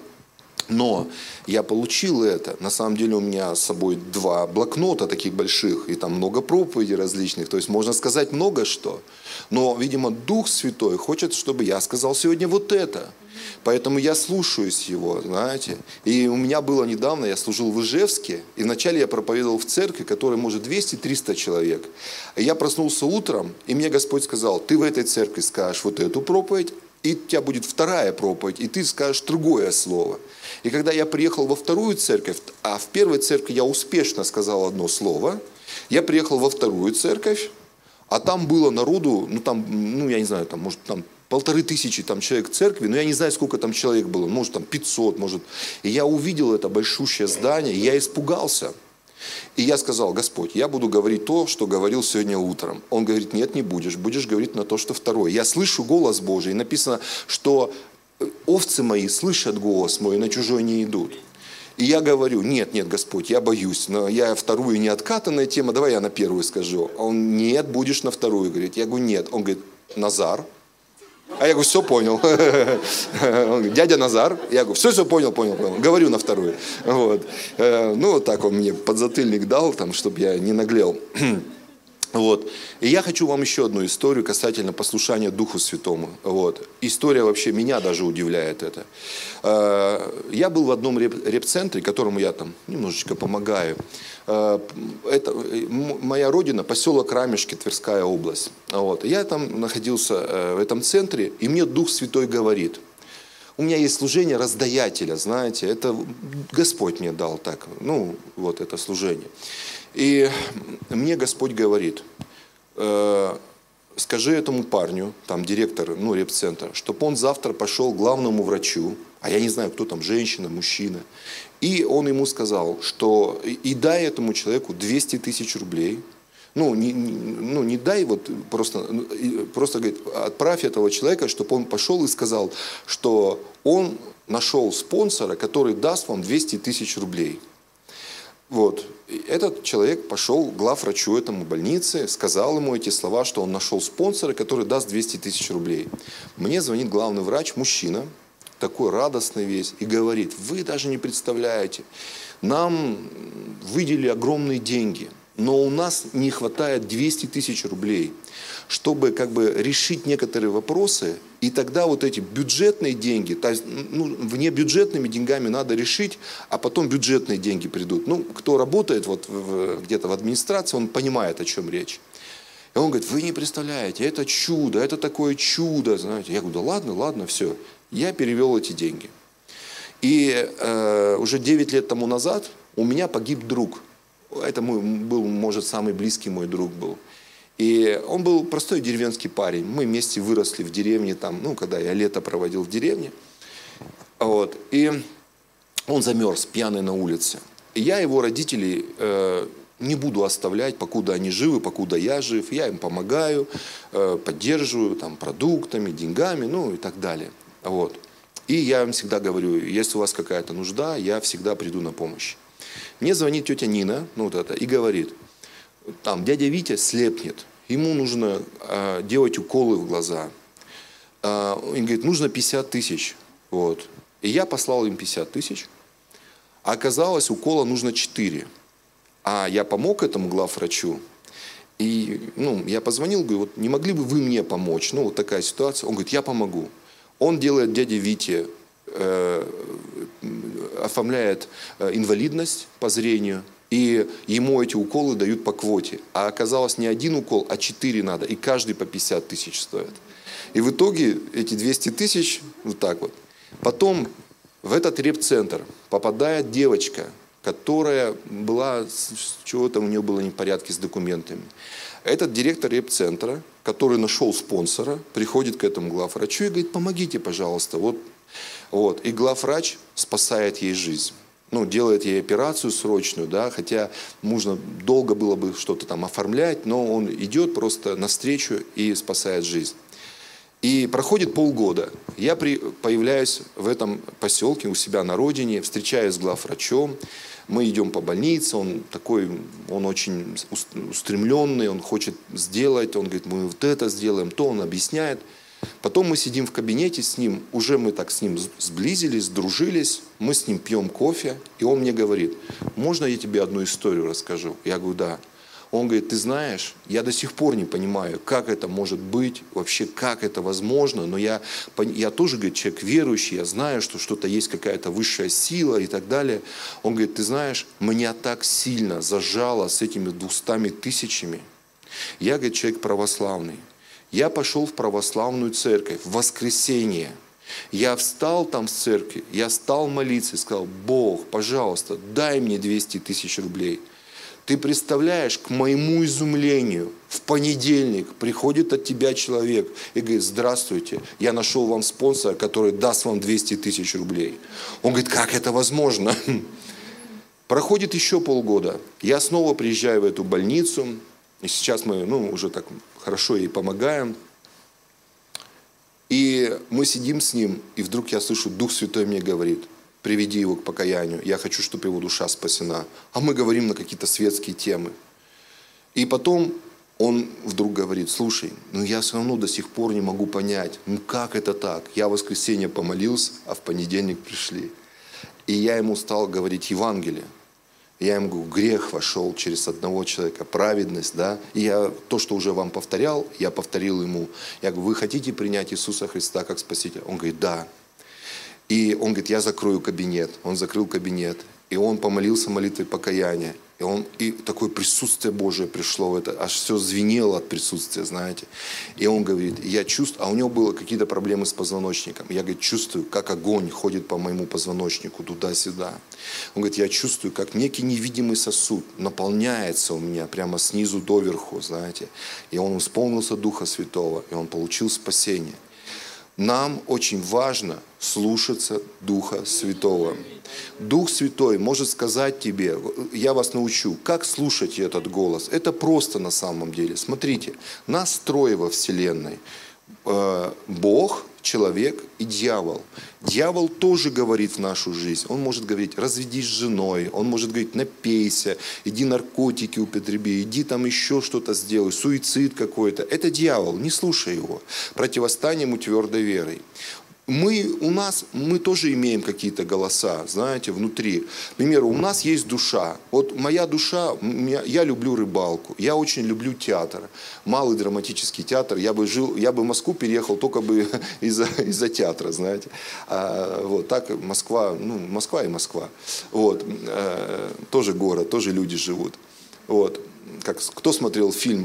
Но я получил это. На самом деле у меня с собой 2 блокнота таких больших, и там много проповедей различных. То есть можно сказать много что. Но, видимо, Дух Святой хочет, чтобы я сказал сегодня вот это. Поэтому я слушаюсь его, знаете. И у меня было недавно, я служил в Ижевске, и вначале я проповедовал в церкви, которая может 200-300 человек. И я проснулся утром, и мне Господь сказал, ты в этой церкви скажешь вот эту проповедь, и у тебя будет вторая проповедь, и ты скажешь другое слово. И когда я приехал во вторую церковь, а в первой церкви я успешно сказал одно слово, я приехал во вторую церковь, а там было народу, я не знаю, может, 1500 там человек в церкви, но я не знаю, сколько там человек было, может, там 500, может. И я увидел это большущее здание, и я испугался. И я сказал, Господь, я буду говорить то, что говорил сегодня утром. Он говорит, нет, не будешь, будешь говорить на то, что второе. Я слышу голос Божий, и написано, что овцы мои слышат голос мой, и на чужой не идут. И я говорю, нет, Господь, я боюсь, но я вторую не откатанная тема, давай я на первую скажу. Он, нет, будешь на вторую, говорит. Я говорю, нет. Он говорит, Назар. А я говорю, все понял. Он говорит, дядя Назар. Я говорю, все понял. Говорю на вторую. Вот. Ну, вот так он мне подзатыльник дал, чтобы я не наглел. Вот. И я хочу вам еще одну историю касательно послушания Духу Святому. Вот. История вообще меня даже удивляет это. Я был в одном реп-центре, которому я там немножечко помогаю. Это моя родина, поселок Рамешки, Тверская область. Вот. Я там находился в этом центре, и мне Дух Святой говорит. У меня есть служение раздаятеля, знаете, это Господь мне дал так, вот это служение. И мне Господь говорит, скажи этому парню, там директор, реп-центра, чтобы он завтра пошел к главному врачу, а я не знаю, кто там, женщина, мужчина, и он ему сказал, что и дай этому человеку 200 тысяч рублей, не дай, просто говорит, отправь этого человека, чтобы он пошел и сказал, что он нашел спонсора, который даст вам 200 тысяч рублей. Вот. Этот человек пошел к главврачу этому больницы, сказал ему эти слова, что он нашел спонсора, который даст 200 тысяч рублей. Мне звонит главный врач, мужчина, такой радостный весь, и говорит, вы даже не представляете, нам выделили огромные деньги, но у нас не хватает 200 тысяч рублей, чтобы решить некоторые вопросы, и тогда вот эти бюджетные деньги, то есть, внебюджетными деньгами надо решить, а потом бюджетные деньги придут. Кто работает где-то в администрации, он понимает, о чем речь. И он говорит, вы не представляете, это чудо, это такое чудо, знаете. Я говорю, да ладно, все. Я перевел эти деньги. И уже 9 лет тому назад у меня погиб друг. Это был, может, самый близкий мой друг был. И он был простой деревенский парень. Мы вместе выросли в деревне, когда я лето проводил в деревне. Вот. И он замерз, пьяный на улице. И я его родителей не буду оставлять, покуда они живы, покуда я жив. Я им помогаю, поддерживаю продуктами, деньгами, и так далее. Вот. И я им всегда говорю, если у вас какая-то нужда, я всегда приду на помощь. Мне звонит тетя Нина, и говорит, дядя Витя слепнет, ему нужно делать уколы в глаза. Он говорит, нужно 50 тысяч. Вот. И я послал им 50 тысяч, а оказалось, укола нужно 4. А я помог этому главврачу. И я позвонил, говорю, вот не могли бы вы мне помочь? Вот такая ситуация. Он говорит, я помогу. Он делает дяде Вите, оформляет инвалидность по зрению, и ему эти уколы дают по квоте. А оказалось не один укол, а 4 надо, и каждый по 50 тысяч стоит. И в итоге эти 200 тысяч, вот так вот. Потом в этот репцентр попадает девочка, которая была, чего-то у нее было не в порядке с документами. Этот директор репцентра, который нашел спонсора, приходит к этому главврачу и говорит, помогите, пожалуйста. Вот. И главврач спасает ей жизнь. Делает ей операцию срочную, да, хотя нужно долго было бы что-то там оформлять, но он идет просто навстречу и спасает жизнь. И проходит полгода. Я появляюсь в этом поселке у себя на родине, встречаюсь с главврачом. Мы идем по больнице, он очень устремленный, он хочет сделать, он говорит, мы вот это сделаем, то он объясняет. Потом мы сидим в кабинете с ним, уже мы так с ним сблизились, сдружились, мы с ним пьем кофе, и он мне говорит, можно я тебе одну историю расскажу? Я говорю, да. Он говорит, ты знаешь, я до сих пор не понимаю, как это может быть, вообще как это возможно, но я тоже, говорит, человек верующий, я знаю, что что-то есть, какая-то высшая сила и так далее. Он говорит, ты знаешь, меня так сильно зажало с этими 200 тысячами. Я, говорит, человек православный. Я пошел в православную церковь в воскресенье. Я встал там в церкви, я стал молиться и сказал, Бог, пожалуйста, дай мне 200 тысяч рублей. Ты представляешь, к моему изумлению, в понедельник приходит от тебя человек и говорит, здравствуйте, я нашел вам спонсора, который даст вам 200 тысяч рублей. Он говорит, как это возможно? Проходит еще полгода, я снова приезжаю в эту больницу, и сейчас мы уже так хорошо ей помогаем. И мы сидим с ним, и вдруг я слышу, Дух Святой мне говорит, приведи его к покаянию, я хочу, чтобы его душа спасена. А мы говорим на какие-то светские темы. И потом он вдруг говорит, слушай, я все равно до сих пор не могу понять, как это так? Я в воскресенье помолился, а в понедельник пришли. И я ему стал говорить Евангелие. Я ему говорю, грех вошел через одного человека, праведность, да. И я то, что уже вам повторял, я повторил ему. Я говорю, вы хотите принять Иисуса Христа как Спасителя? Он говорит, да. И он говорит, я закрою кабинет. Он закрыл кабинет. И он помолился молитвой покаяния. И такое присутствие Божие пришло в это. Аж все звенело от присутствия, знаете. И он говорит, я чувствую, а у него было какие-то проблемы с позвоночником. Я, говорит, чувствую, как огонь ходит по моему позвоночнику туда-сюда. Он говорит, я чувствую, как некий невидимый сосуд наполняется у меня прямо снизу доверху, знаете. И он исполнился Духа Святого, и он получил спасение. Нам очень важно слушаться Духа Святого. Дух Святой может сказать тебе, я вас научу, как слушать этот голос. Это просто на самом деле. Смотрите, нас трое во Вселенной. Бог, человек и дьявол. Дьявол тоже говорит в нашу жизнь. Он может говорить, разведись с женой. Он может говорить, напейся, иди наркотики употреби, иди там еще что-то сделай, суицид какой-то. Это дьявол, не слушай его. Противостань ему твердой верой. Мы тоже имеем какие-то голоса, знаете, внутри. К примеру, у нас есть душа. Вот моя душа, я люблю рыбалку, я очень люблю театр, малый драматический театр. Я бы в Москву переехал только бы из-за театра, знаете. Вот так Москва, Москва и Москва. Вот, тоже город, тоже люди живут. Вот. Кто смотрел фильм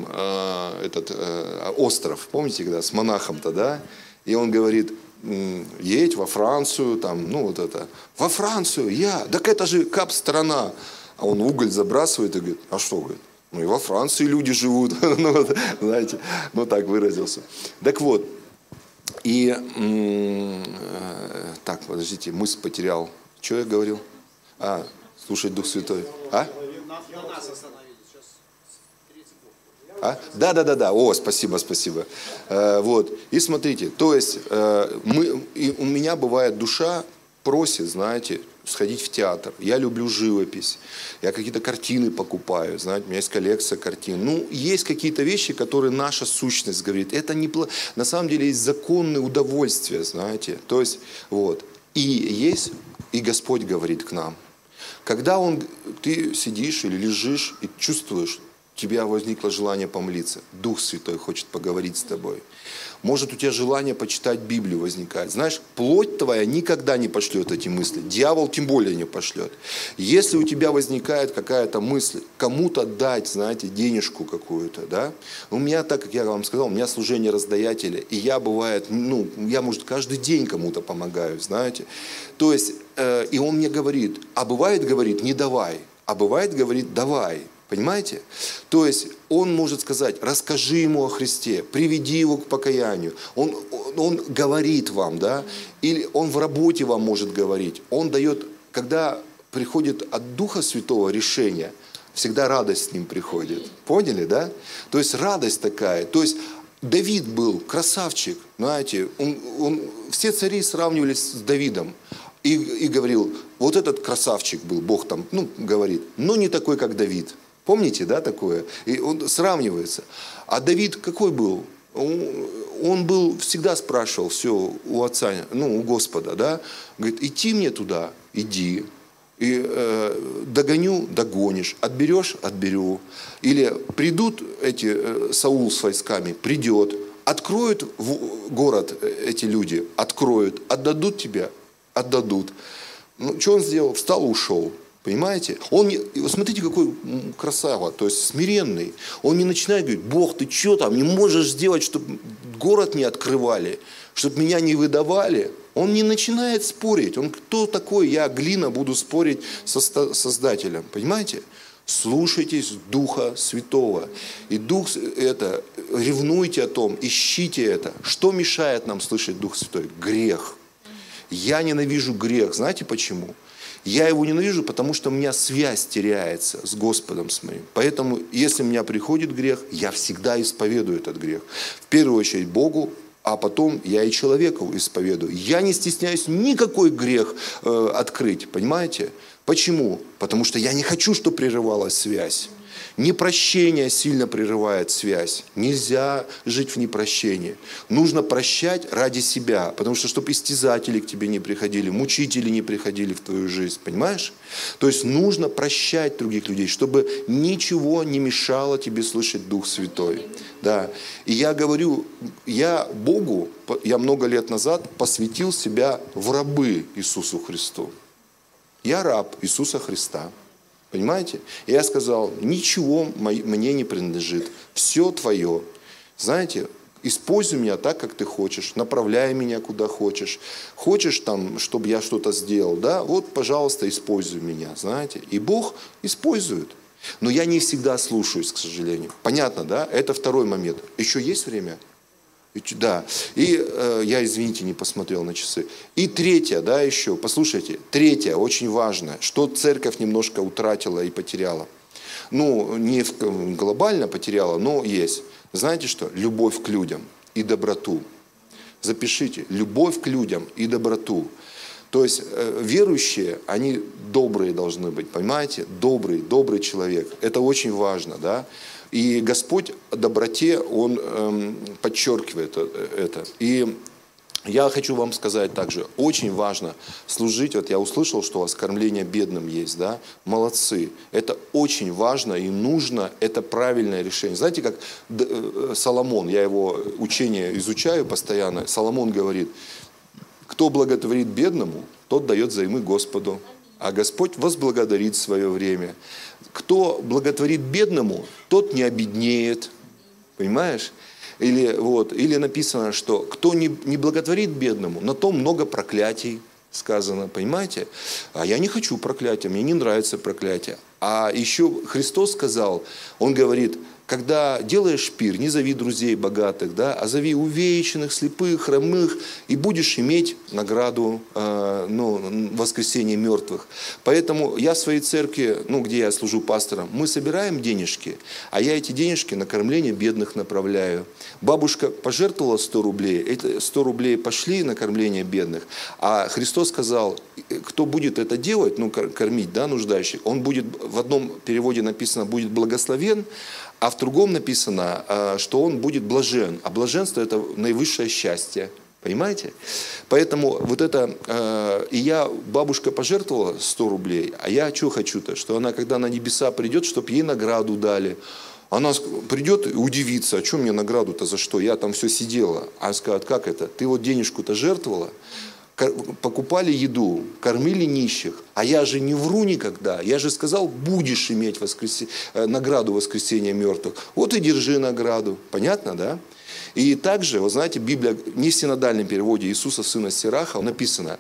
«Остров», помните, когда с монахом-то, да? И он говорит, едь во Францию, во Францию, так это же кап-страна. А он уголь забрасывает и говорит, а что, говорит, и во Франции люди живут, знаете, так выразился. Так вот, подождите, мысль потерял. Что я говорил? Слушать Дух Святой. Да. О, спасибо. Вот. И смотрите, то есть у меня бывает душа просит, знаете, сходить в театр. Я люблю живопись. Я какие-то картины покупаю, знаете, у меня есть коллекция картин. Есть какие-то вещи, которые наша сущность говорит. Это не на самом деле есть законные удовольствия, знаете. То есть, вот. И Господь говорит к нам. Когда ты сидишь или лежишь и чувствуешь, у тебя возникло желание помолиться, Дух Святой хочет поговорить с тобой. Может, у тебя желание почитать Библию возникает. Знаешь, плоть твоя никогда не пошлет эти мысли. Дьявол тем более не пошлет. Если у тебя возникает какая-то мысль, кому-то дать, знаете, денежку какую-то, да? У меня, так как я вам сказал, у меня служение раздаятеля. И я, бывает, я, может, каждый день кому-то помогаю, знаете. То есть, и он мне говорит, а бывает, говорит, не давай. А бывает, говорит, давай. Понимаете? То есть он может сказать, расскажи ему о Христе, приведи его к покаянию. Он говорит вам, да? Или он в работе вам может говорить. Он дает, когда приходит от Духа Святого решение, всегда радость с ним приходит. Поняли, да? То есть радость такая. То есть Давид был красавчик, знаете, все цари сравнивались с Давидом. И говорил, вот этот красавчик был, Бог там, говорит, но не такой, как Давид. Помните, да, такое? И он сравнивается. А Давид какой был? Он был, всегда спрашивал все у отца, у Господа, да? Говорит, идти мне туда, иди. И догоню, догонишь. Отберешь, отберу. Или придут Саул с войсками, придет. Откроют город эти люди, откроют. Отдадут тебя, отдадут. Что он сделал? Встал и ушел. Понимаете? Смотрите, какой красава, то есть смиренный. Он не начинает говорить, Бог, ты что там, не можешь сделать, чтобы город не открывали, чтобы меня не выдавали. Он не начинает спорить. Он кто такой? Я, глина, буду спорить со Создателем. Понимаете? Слушайтесь Духа Святого. И Дух это, ревнуйте о том, ищите это. Что мешает нам слышать Дух Святой? Грех. Я ненавижу грех. Знаете почему? Я его ненавижу, потому что у меня связь теряется с Господом с моим. Поэтому, если у меня приходит грех, я всегда исповедую этот грех. В первую очередь Богу, а потом я и человеку исповедую. Я не стесняюсь никакой грех открыть, понимаете? Почему? Потому что я не хочу, чтобы прерывалась связь. Непрощение сильно прерывает связь. Нельзя жить в непрощении. Нужно прощать ради себя. Потому что, чтобы истязатели к тебе не приходили, мучители не приходили в твою жизнь. Понимаешь? То есть, нужно прощать других людей, чтобы ничего не мешало тебе слышать Дух Святой. Да. И я говорю, я Богу, я много лет назад посвятил себя в рабы Иисусу Христу. Я раб Иисуса Христа. Понимаете? И я сказал, ничего мне не принадлежит, все твое. Знаете, используй меня так, как ты хочешь, направляй меня куда хочешь. Хочешь там, чтобы я что-то сделал, да? Вот, пожалуйста, используй меня, знаете. И Бог использует. Но я не всегда слушаюсь, к сожалению. Понятно, да? Это второй момент. Еще есть время? Да. И я, извините, не посмотрел на часы. И третье, да, еще, послушайте, третье, очень важное, что церковь немножко утратила и потеряла. Не глобально потеряла, но есть. Знаете что? Любовь к людям и доброту. Запишите, любовь к людям и доброту. То есть верующие, они добрые должны быть, понимаете? Добрый человек. Это очень важно, да? И Господь о доброте, Он подчеркивает это. И я хочу вам сказать также, очень важно служить. Вот я услышал, что у вас кормление бедным есть, да? Молодцы. Это очень важно и нужно, это правильное решение. Знаете, как Соломон, я его учение изучаю постоянно, Соломон говорит, кто благотворит бедному, тот дает взаймы Господу, а Господь возблагодарит в свое время. Кто благотворит бедному, тот не обеднеет. Понимаешь? Или написано, что кто не благотворит бедному, на том много проклятий сказано. Понимаете? А я не хочу проклятия, мне не нравится проклятие. А еще Христос сказал, Он говорит, когда делаешь пир, не зови друзей богатых, да, а зови увеянных, слепых, хромых, и будешь иметь награду воскресения мертвых. Поэтому я в своей церкви, где я служу пастором, мы собираем денежки, а я эти денежки на кормление бедных направляю. Бабушка пожертвовала 100 рублей, эти 100 рублей пошли на кормление бедных, а Христос сказал, кто будет это делать, кормить, да, нуждающих, он будет, в одном переводе написано, будет благословен, а в другом написано, что он будет блажен. А блаженство – это наивысшее счастье. Понимаете? Поэтому вот это, и бабушка пожертвовала 100 рублей, а я что хочу-то, что она, когда на небеса придет, чтобы ей награду дали. Она придет и удивится, а что мне награду-то за что? Я там все сидела. А скажет, как это? Ты вот денежку-то жертвовала? Покупали еду, кормили нищих. А я же не вру никогда. Я же сказал, будешь иметь награду воскресения мертвых. Вот и держи награду. Понятно, да? И также, вы знаете, Библия, не в синодальном переводе Иисуса, сына Сираха, написано,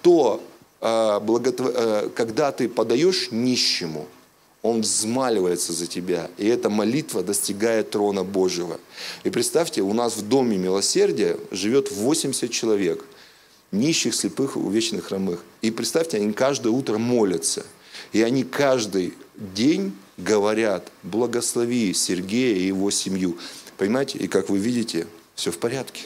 когда ты подаешь нищему, он взмаливается за тебя. И эта молитва достигает трона Божьего. И представьте, у нас в доме милосердия живет 80 человек. Нищих, слепых, увечных, хромых. И представьте, они каждое утро молятся. И они каждый день говорят, благослови Сергея и его семью. Понимаете? И как вы видите, все в порядке.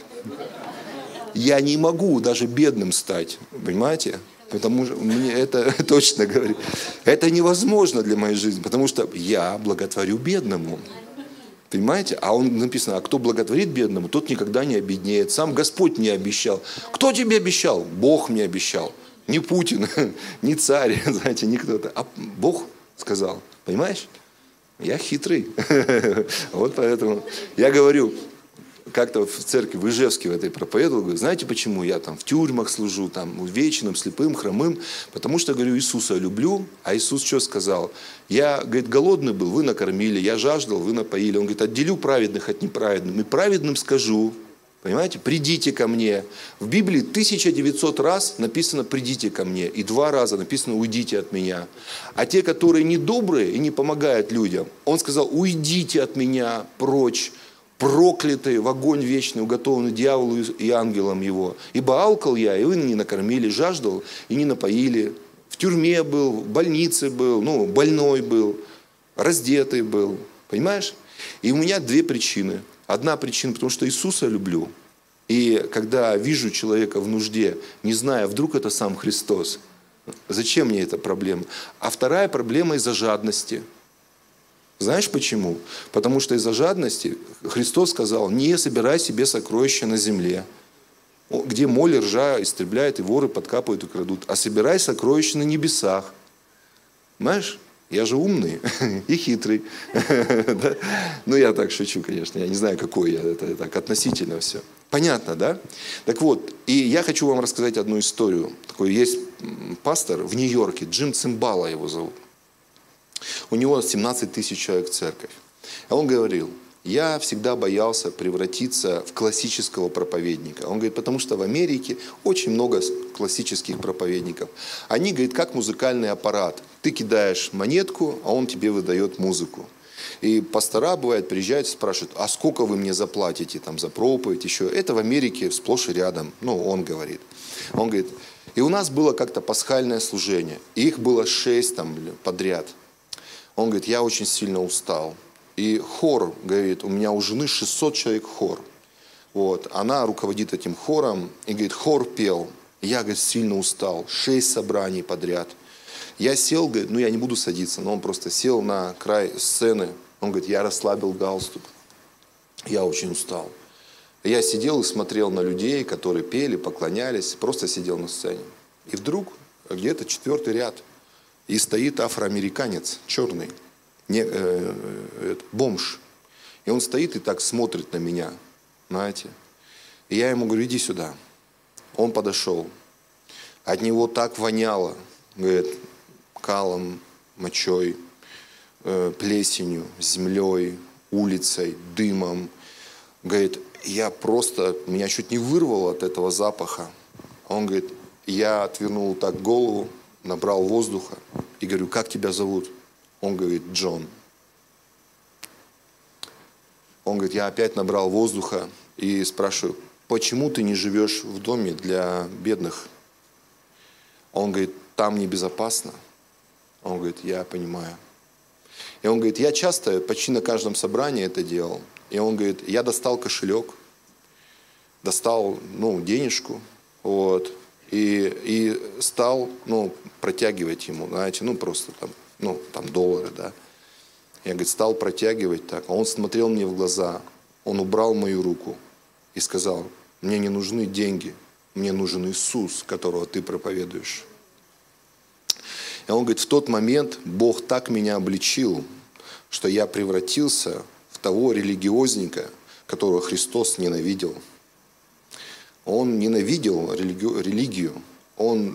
Я не могу даже бедным стать. Понимаете? Потому что мне это точно говорит. Это невозможно для моей жизни, потому что я благотворю бедному. Понимаете? А он написано, а кто благотворит бедному, тот никогда не обеднеет. Сам Господь мне обещал. Кто тебе обещал? Бог мне обещал. Не Путин, не царь, знаете, не кто-то. А Бог сказал. Понимаешь? Я хитрый. Вот поэтому я говорю, как-то в церкви в Ижевске в этой проповедовал, говорю, знаете, почему я там в тюрьмах служу, там увечным, слепым, хромым? Потому что, говорю, Иисуса люблю, а Иисус что сказал? Я, говорит, голодный был, вы накормили, я жаждал, вы напоили. Он говорит, отделю праведных от неправедных, и праведным скажу, понимаете, придите ко мне. В Библии 1900 раз написано «придите ко мне», и 2 раза написано «уйдите от меня». А те, которые недобрые и не помогают людям, он сказал «уйдите от меня прочь, проклятые в огонь вечный, уготованный дьяволу и ангелам его. Ибо алкал я, и вы не накормили, жаждал, и не напоили. В тюрьме был, в больнице был, больной был, раздетый был». Понимаешь? И у меня 2 причины. Одна причина, потому что Иисуса люблю. И когда вижу человека в нужде, не зная, вдруг это сам Христос, зачем мне эта проблема? А вторая проблема из-за жадности. Знаешь почему? Потому что из-за жадности Христос сказал, не собирай себе сокровища на земле, где моль и ржа истребляют, и воры подкапывают и крадут, а собирай сокровища на небесах. Понимаешь? Я же умный и хитрый. Ну, я так шучу, конечно. Я не знаю, какой я. Это так относительно все. Понятно, да? Так вот, и я хочу вам рассказать одну историю. Такой есть пастор в Нью-Йорке, Джим Цимбала его зовут. У него 17 тысяч человек в церковь. А он говорил, я всегда боялся превратиться в классического проповедника. Он говорит, потому что в Америке очень много классических проповедников. Они, говорит, как музыкальный аппарат. Ты кидаешь монетку, а он тебе выдает музыку. И пастора, бывает, приезжают и спрашивают, а сколько вы мне заплатите там, за проповедь еще? Это в Америке сплошь и рядом. Он говорит. Он говорит, и у нас было как-то пасхальное служение. И их было 6 там подряд. Он говорит, я очень сильно устал. И хор, говорит, у меня у жены 600 человек хор. Вот. Она руководит этим хором. И говорит, хор пел. Я, говорит, сильно устал. 6 собраний подряд. Я сел, говорит, я не буду садиться. Но он просто сел на край сцены. Он говорит, я расслабил галстук. Я очень устал. Я сидел и смотрел на людей, которые пели, поклонялись. Просто сидел на сцене. И вдруг где-то 4-й ряд. И стоит афроамериканец, черный, бомж. И он стоит и так смотрит на меня, знаете. И я ему говорю, иди сюда. Он подошел. От него так воняло, говорит, калом, мочой, плесенью, землей, улицей, дымом. Говорит, меня чуть не вырвало от этого запаха. Он говорит, я отвернул так голову, набрал воздуха и говорю, как тебя зовут? Он говорит, Джон. Он говорит, я опять набрал воздуха и спрашиваю, почему ты не живешь в доме для бедных? Он говорит, там небезопасно. Он говорит, я понимаю. И он говорит, я часто, почти на каждом собрании это делал. И он говорит, я достал кошелек, достал, денежку, вот. И стал, протягивать ему, знаете, просто там доллары, да. Я, говорит, стал протягивать так. А он смотрел мне в глаза, он убрал мою руку и сказал, Мне не нужны деньги. Мне нужен Иисус, которого ты проповедуешь. И он говорит, в тот момент Бог так меня обличил, что я превратился в того религиозника, которого Христос ненавидел. Он ненавидел религию. Он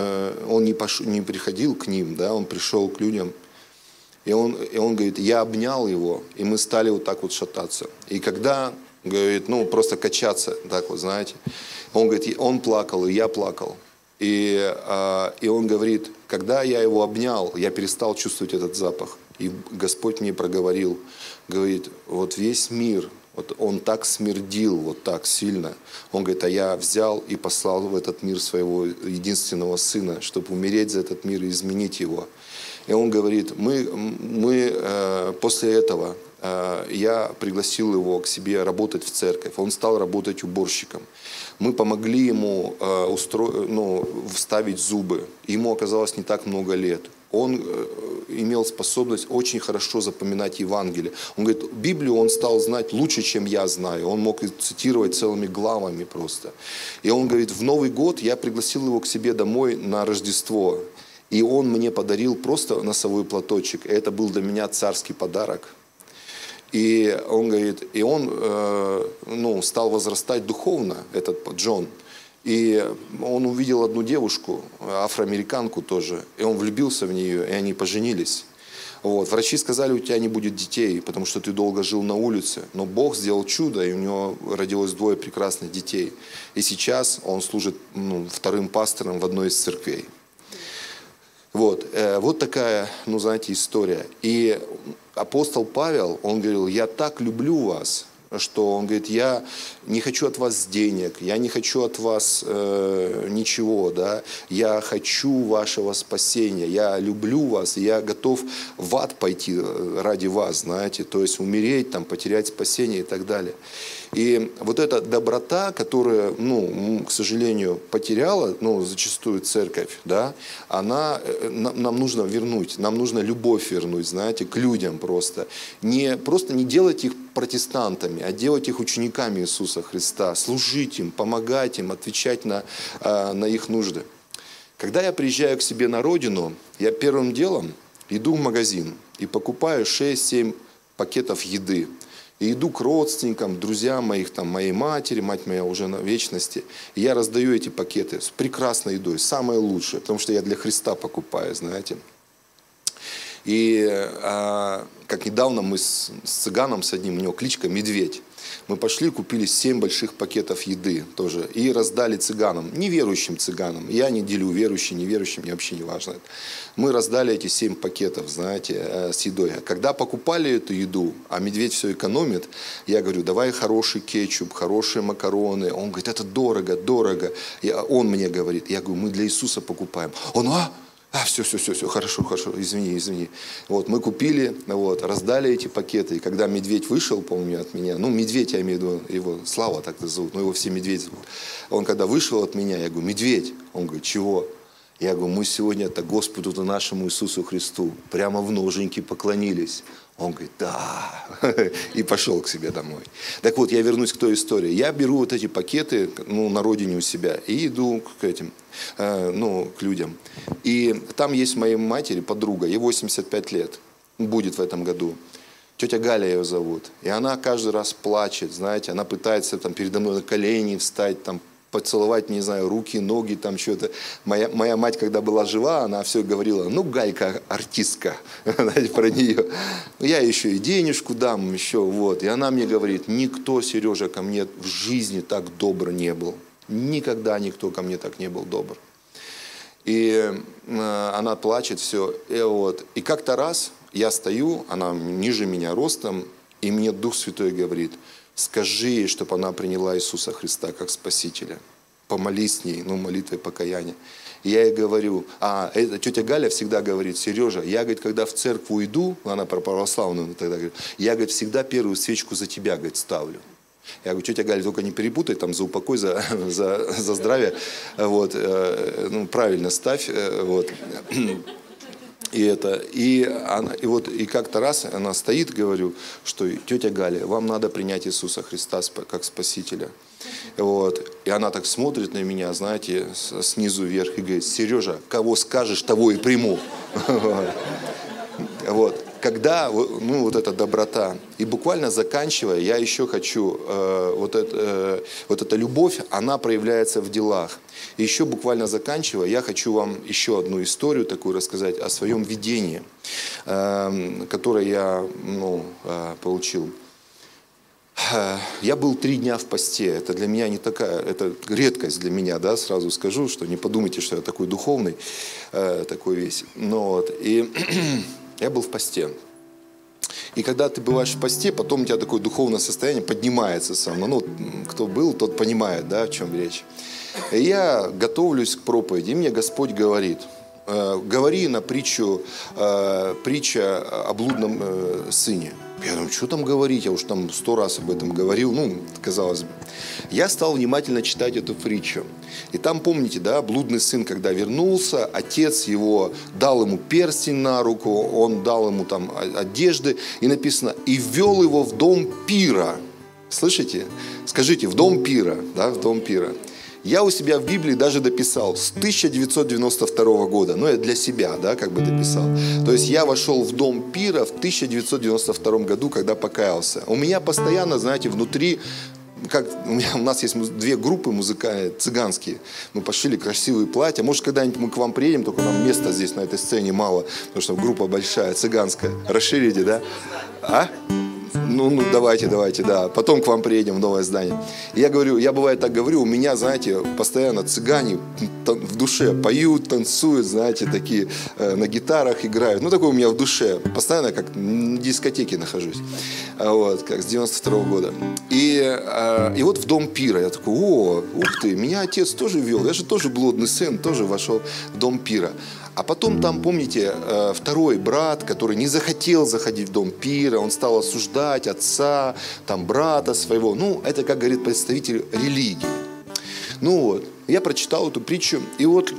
не приходил к ним, да, он пришел к людям. И он говорит, я обнял его, и мы стали вот так вот шататься. И когда, говорит, просто качаться, так вот, знаете. Он говорит, он плакал, и я плакал. И он говорит, когда я его обнял, я перестал чувствовать этот запах. И Господь мне проговорил, говорит, вот весь мир, вот он так смердил, вот так сильно. Он говорит, а я взял и послал в этот мир своего единственного сына, чтобы умереть за этот мир и изменить его. И он говорит, мы после этого, я пригласил его к себе работать в церковь. Он стал работать уборщиком. Мы помогли ему вставить зубы. Ему оказалось не так много лет. Он имел способность очень хорошо запоминать Евангелие. Он говорит, Библию он стал знать лучше, чем я знаю. Он мог цитировать целыми главами просто. И он говорит, в Новый год я пригласил его к себе домой на Рождество. И он мне подарил просто носовой платочек. И это был для меня царский подарок. И он говорит, и он стал возрастать духовно, этот Джон. И он увидел одну девушку, афроамериканку тоже, и он влюбился в нее, и они поженились. Вот. Врачи сказали, у тебя не будет детей, потому что ты долго жил на улице. Но Бог сделал чудо, и у него родилось 2 прекрасных детей. И сейчас он служит вторым пастором в одной из церквей. Вот такая, история. И апостол Павел, он говорил, я так люблю вас, что он говорит, я не хочу от вас денег, я не хочу от вас ничего, да, я хочу вашего спасения, я люблю вас, и я готов в ад пойти ради вас, знаете, то есть умереть, потерять спасение и так далее. И вот эта доброта, которая, к сожалению, потеряла, зачастую церковь, да, нам нужно вернуть, нам нужно любовь вернуть, знаете, к людям просто. Просто не делать их протестантами, а делать их учениками Иисуса Христа, служить им, помогать им, отвечать на их нужды. Когда я приезжаю к себе на родину, я первым делом иду в магазин и покупаю 6-7 пакетов еды. И иду к родственникам, друзьям моих, моей матери, мать моя уже на вечности. И я раздаю эти пакеты с прекрасной едой, самое лучшее, потому что я для Христа покупаю, знаете. И как недавно мы с цыганом с одним, у него кличка Медведь. Мы пошли, купили 7 больших пакетов еды тоже и раздали цыганам, неверующим цыганам. Я не делю верующим, неверующим, мне вообще не важно. Мы раздали эти 7 пакетов, знаете, с едой. А когда покупали эту еду, а Медведь все экономит, я говорю, давай хороший кетчуп, хорошие макароны. Он говорит, это дорого, дорого. Он мне говорит, я говорю, мы для Иисуса покупаем. Он, все, хорошо, извини. Вот, мы купили, раздали эти пакеты. И когда Медведь вышел, помню, от меня, Медведь, я имею в виду, его Слава так зовут, но его все Медведь зовут. Он когда вышел от меня, я говорю, Медведь. Он говорит, чего? Я говорю, мы сегодня-то Господу-то нашему Иисусу Христу прямо в ноженьки поклонились. Он говорит, да, и пошел к себе домой. Так вот, я вернусь к той истории. Я беру вот эти пакеты, на родине у себя и иду к людям. И там есть моей матери подруга, ей 85 лет, будет в этом году. Тетя Галя ее зовут. И она каждый раз плачет, знаете, она пытается передо мной на колени встать, поцеловать, не знаю, руки, ноги, что-то. Моя мать, когда была жива, она все говорила, Галька артистка, знаете, про нее. Я еще и денежку дам, еще, вот. И она мне говорит, никто, Сережа, ко мне в жизни так добр не был. Никогда никто ко мне так не был добр. И она плачет, все. И как-то раз я стою, она ниже меня ростом, и мне Дух Святой говорит, скажи ей, чтобы она приняла Иисуса Христа как Спасителя. Помолись с ней, молитвой покаяния. И я ей говорю, тетя Галя всегда говорит, Сережа, я, говорит, когда в церковь уйду, она про православную тогда говорит, я, говорит, всегда первую свечку за тебя, говорит, ставлю. Я говорю, тетя Галя, только не перепутай, за упокой, за здравие, правильно ставь, И как-то раз она стоит, говорю, что тетя Галя, вам надо принять Иисуса Христа как Спасителя. Вот. И она так смотрит на меня, знаете, снизу вверх и говорит: Сережа, кого скажешь, того и приму. Вот. Когда вот эта доброта, и буквально заканчивая, я еще хочу, вот эта любовь, она проявляется в делах. И еще буквально заканчивая, я хочу вам еще одну историю такую рассказать о своем видении, которое я получил. Я был 3 дня в посте. Это для меня не такая, это редкость для меня, да, сразу скажу, что не подумайте, что я такой духовный, такой весь. И я был в посте. И когда ты бываешь в посте, потом у тебя такое духовное состояние поднимается сам. Кто был, тот понимает, да, о чем речь. И я готовлюсь к проповеди, и мне Господь говорит: говори на притча о блудном сыне. Я думаю, что там говорить, я уж там 100 раз об этом говорил, казалось бы. Я стал внимательно читать эту притчу. И там, помните, да, блудный сын, когда вернулся, отец его дал ему перстень на руку, он дал ему там одежды, и написано: и ввел его в дом пира. Слышите? Скажите, в дом пира, да, в дом пира. Я у себя в Библии даже дописал с 1992 года, я для себя, да, как бы дописал. То есть я вошел в дом пира в 1992 году, когда покаялся. У меня постоянно, знаете, внутри, у нас есть 2 группы музыкальные, цыганские. Мы пошили красивые платья. Может, когда-нибудь мы к вам приедем, только нам места здесь на этой сцене мало, потому что группа большая, цыганская. Расширите, да? А? Давайте, да. Потом к вам приедем в новое здание. И я бывает так говорю, у меня, знаете, постоянно цыгане в душе поют, танцуют, знаете, такие на гитарах играют. Такое у меня в душе. Постоянно как на дискотеке нахожусь. Вот, как с 92 года. И вот в дом пира. Я такой: ух ты, меня отец тоже вел. Я же тоже блудный сын, тоже вошел в дом пира. А потом там, помните, второй брат, который не захотел заходить в дом пира, он стал осуждать отца, там, брата своего. Это, как говорит представитель религии. Я прочитал эту притчу, и вот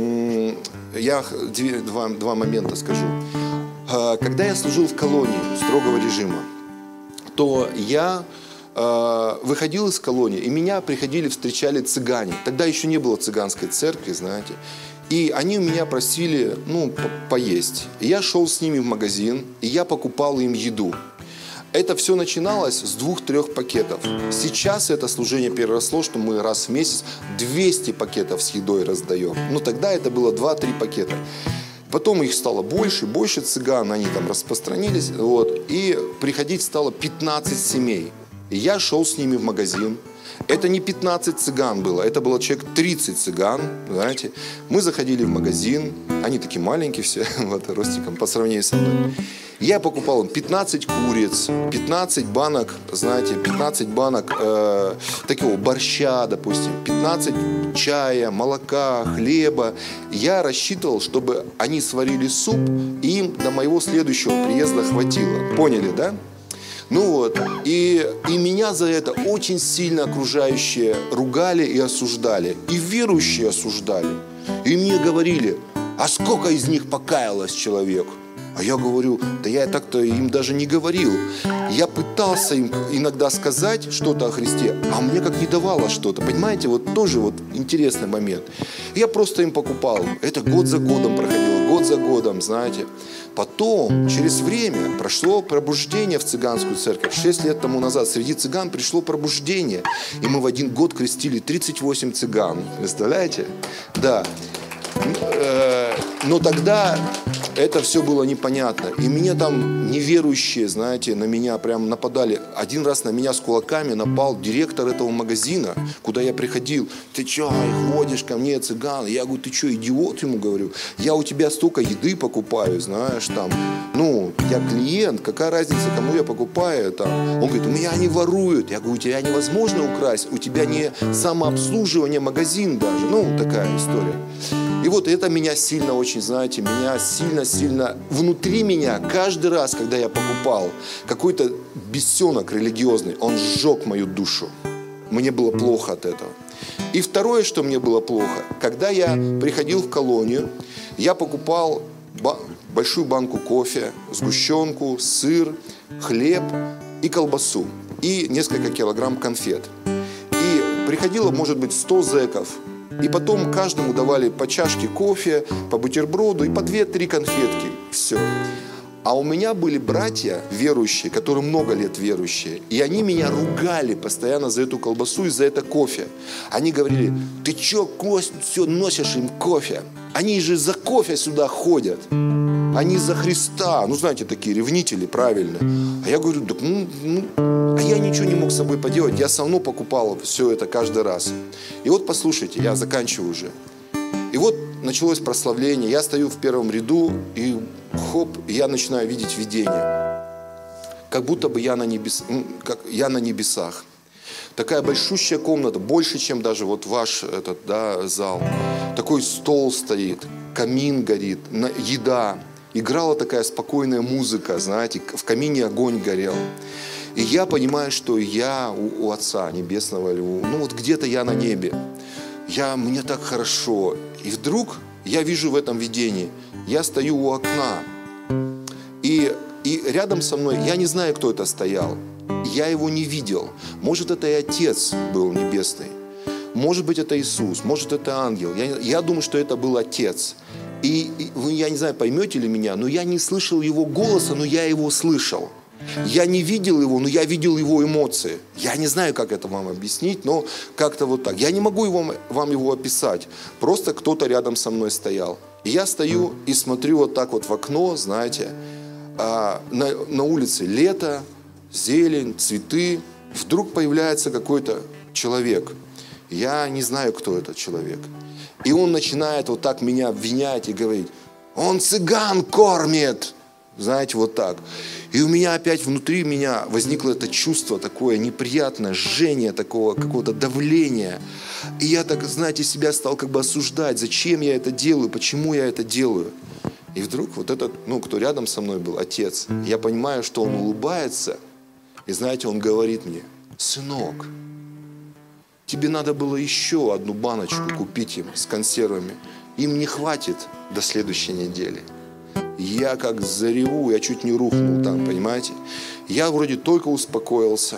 я два момента скажу. Когда я служил в колонии строгого режима, то я выходил из колонии, и меня встречали цыгане. Тогда еще не было цыганской церкви, знаете. И они у меня просили, поесть. И я шел с ними в магазин, и я покупал им еду. Это все начиналось с 2-3 пакетов. Сейчас это служение переросло, что мы раз в месяц 200 пакетов с едой раздаем. Тогда это было 2-3 пакета. Потом их стало больше цыган, они там распространились. И приходить стало 15 семей. И я шел с ними в магазин. Это не 15 цыган было, это было человек 30 цыган, знаете. Мы заходили в магазин, они такие маленькие все, ростиком, по сравнению со мной. Я покупал им 15 куриц, 15 банок, знаете, 15 банок такого борща, допустим, 15 чая, молока, хлеба. Я рассчитывал, чтобы они сварили суп, и им до моего следующего приезда хватило. Поняли, да? И меня за это очень сильно окружающие ругали и осуждали. И верующие осуждали. И мне говорили: а сколько из них покаялось человек? А я говорю: да я так-то им даже не говорил. Я пытался им иногда сказать что-то о Христе, а мне как не давало что-то. Понимаете, тоже интересный момент. Я просто им покупал. Это год за годом проходило, год за годом, знаете. Потом, через время, прошло пробуждение в цыганскую церковь. 6 лет тому назад среди цыган пришло пробуждение. И мы в 1 год крестили 38 цыган. Представляете? Да. Но тогда это все было непонятно. И меня там неверующие, знаете, на меня прям нападали. Один раз на меня с кулаками напал директор этого магазина, куда я приходил. Ты что, их водишь ко мне, цыган? Я говорю: ты что, идиот? Ему говорю. Я у тебя столько еды покупаю, знаешь, там. Я клиент, какая разница, кому я покупаю там. Он говорит: у меня они воруют. Я говорю: у тебя невозможно украсть, у тебя не самообслуживание, магазин даже. Такая история. И это меня сильно очень, знаете, сильно внутри меня, каждый раз, когда я покупал, какой-то бесенок религиозный, он сжег мою душу. Мне было плохо от этого. И второе, что мне было плохо, когда я приходил в колонию, я покупал большую банку кофе, сгущенку, сыр, хлеб и колбасу. И несколько килограмм конфет. И приходило, может быть, 100 зэков. И потом каждому давали по чашке кофе, по бутерброду и по 2-3 конфетки. Все. А у меня были братья верующие, которые много лет верующие. И они меня ругали постоянно за эту колбасу и за это кофе. Они говорили: ты че, все носишь им кофе? Они же за кофе сюда ходят. Они за Христа. Ну, знаете, такие ревнители, правильно. А я говорю: так, а я ничего не мог с собой поделать. Я все равно покупал все это каждый раз. И вот послушайте, я заканчиваю уже. И вот началось прославление. Я стою в первом ряду, и хоп, я начинаю видеть видение. Как будто бы я на небесах. Такая большущая комната, больше, чем даже вот ваш этот, да, зал. Такой стол стоит, камин горит, еда. Играла такая спокойная музыка, знаете, в камине огонь горел. И я понимаю, что я у Отца Небесного, ну вот где-то я на небе. Мне так хорошо. И вдруг я вижу в этом видении, я стою у окна. И рядом со мной, я не знаю, кто это стоял. Я его не видел. Может, это и Отец был Небесный. Может быть, это Иисус. Может, это ангел. Я думаю, что это был Отец. И вы, я не знаю, поймете ли меня, но я не слышал его голоса, но я его слышал. Я не видел его, но я видел его эмоции. Я не знаю, как это вам объяснить, но как-то вот так. Я не могу вам его описать. Просто кто-то рядом со мной стоял. И я стою и смотрю вот так вот в окно, знаете, на улице лето, зелень, цветы. Вдруг появляется какой-то человек. Я не знаю, кто этот человек. И он начинает вот так меня обвинять и говорить: он цыган кормит. Знаете, вот так. И у меня опять внутри меня возникло это чувство такое неприятное, жжение такого, какого-то давления. И я так, знаете, себя стал как бы осуждать, зачем я это делаю, почему я это делаю. И вдруг вот этот, кто рядом со мной был, Отец, я понимаю, что он улыбается, и знаете, он говорит мне: сынок, тебе надо было еще одну баночку купить им с консервами. Им не хватит до следующей недели. Я как зареву, я чуть не рухнул там, понимаете? Я вроде только успокоился.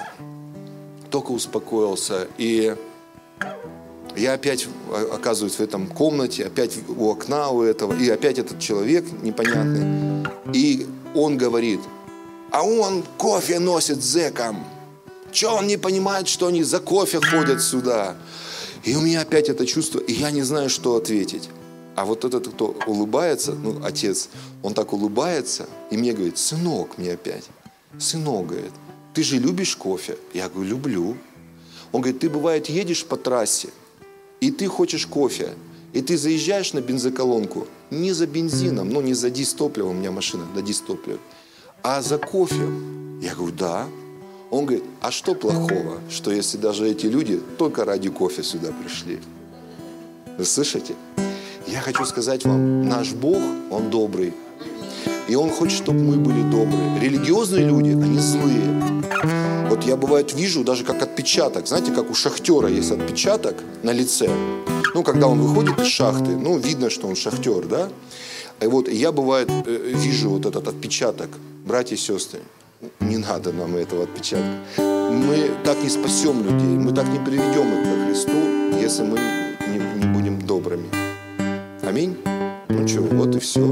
И я опять оказываюсь в этом комнате, опять у окна у этого, и опять этот человек непонятный. И он говорит: а он кофе носит зэкам. Че он не понимает, что они за кофе ходят сюда? И у меня опять это чувство, и я не знаю, что ответить. А вот этот, кто улыбается, Отец, он так улыбается, и мне говорит: сынок, мне опять. Сынок, говорит, ты же любишь кофе? Я говорю: люблю. Он говорит: ты, бывает, едешь по трассе, и ты хочешь кофе, и ты заезжаешь на бензоколонку не за бензином, не за дизтопливом, у меня машина, да, дизтопливо, а за кофе. Я говорю: да. Он говорит: а что плохого, что если даже эти люди только ради кофе сюда пришли? Вы слышите? Я хочу сказать вам, наш Бог, Он добрый. И Он хочет, чтобы мы были добрые. Религиозные люди, они злые. Вот я, бывает, вижу даже как отпечаток. Знаете, как у шахтера есть отпечаток на лице. Когда он выходит из шахты, видно, что он шахтер, да? И я, бывает, вижу вот этот отпечаток. Братья и сестры, не надо нам этого отпечатка. Мы так не спасем людей, мы так не приведем их ко Христу, если мы не будем добрыми. Аминь. Вот и все.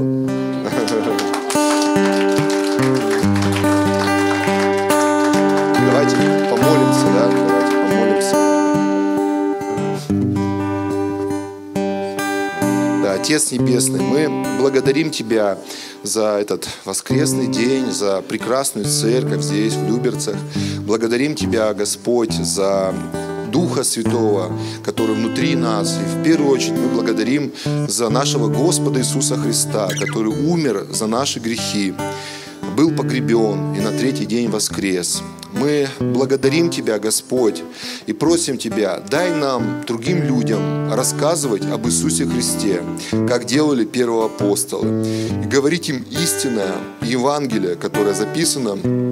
Давайте помолимся, да? Давайте помолимся. Да, Отец Небесный, мы благодарим Тебя за этот воскресный день, за прекрасную церковь здесь, в Люберцах. Благодарим Тебя, Господь, за Духа Святого, который внутри нас. И в первую очередь мы благодарим за нашего Господа Иисуса Христа, который умер за наши грехи, был погребен и на третий день воскрес. Мы благодарим Тебя, Господь, и просим Тебя, дай нам, другим людям, рассказывать об Иисусе Христе, как делали первые апостолы, и говорить им истинное Евангелие, которое записано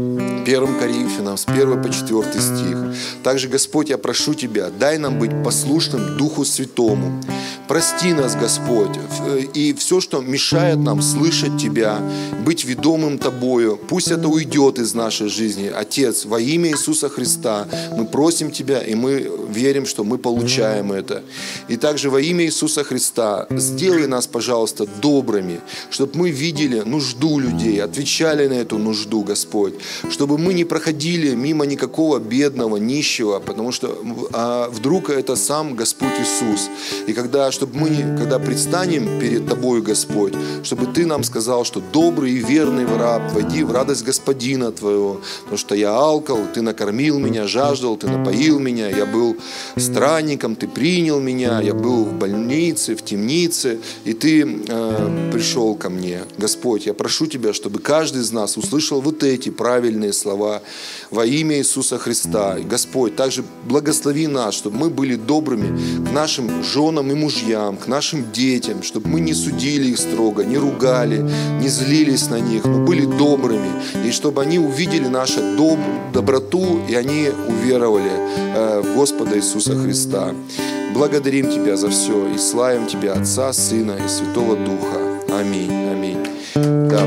1 Коринфянам с 1 по 4 стих. Также, Господь, я прошу Тебя, дай нам быть послушным Духу Святому. Прости нас, Господь, и все, что мешает нам слышать Тебя, быть ведомым Тобою, пусть это уйдет из нашей жизни. Отец, во имя Иисуса Христа мы просим Тебя, и мы верим, что мы получаем это. И также во имя Иисуса Христа сделай нас, пожалуйста, добрыми, чтобы мы видели нужду людей, отвечали на эту нужду, Господь, чтобы мы не проходили мимо никакого бедного, нищего, потому что вдруг это сам Господь Иисус. И чтобы мы, когда предстанем перед Тобой, Господь, чтобы Ты нам сказал, что добрый и верный раб, войди в радость Господина Твоего, потому что я алкал, Ты накормил меня, жаждал, Ты напоил меня, я был странником, Ты принял меня, я был в больнице, в темнице, и Ты пришел ко мне. Господь, я прошу Тебя, чтобы каждый из нас услышал вот эти правильные слова во имя Иисуса Христа. И, Господь, также благослови нас, чтобы мы были добрыми к нашим женам и мужьям, к нашим детям, чтобы мы не судили их строго, не ругали, не злились на них, но были добрыми, и чтобы они увидели нашу доброту, и они уверовали в Господа Иисуса Христа. Благодарим Тебя за все и славим Тебя, Отца, Сына и Святого Духа. Аминь. Аминь. Да.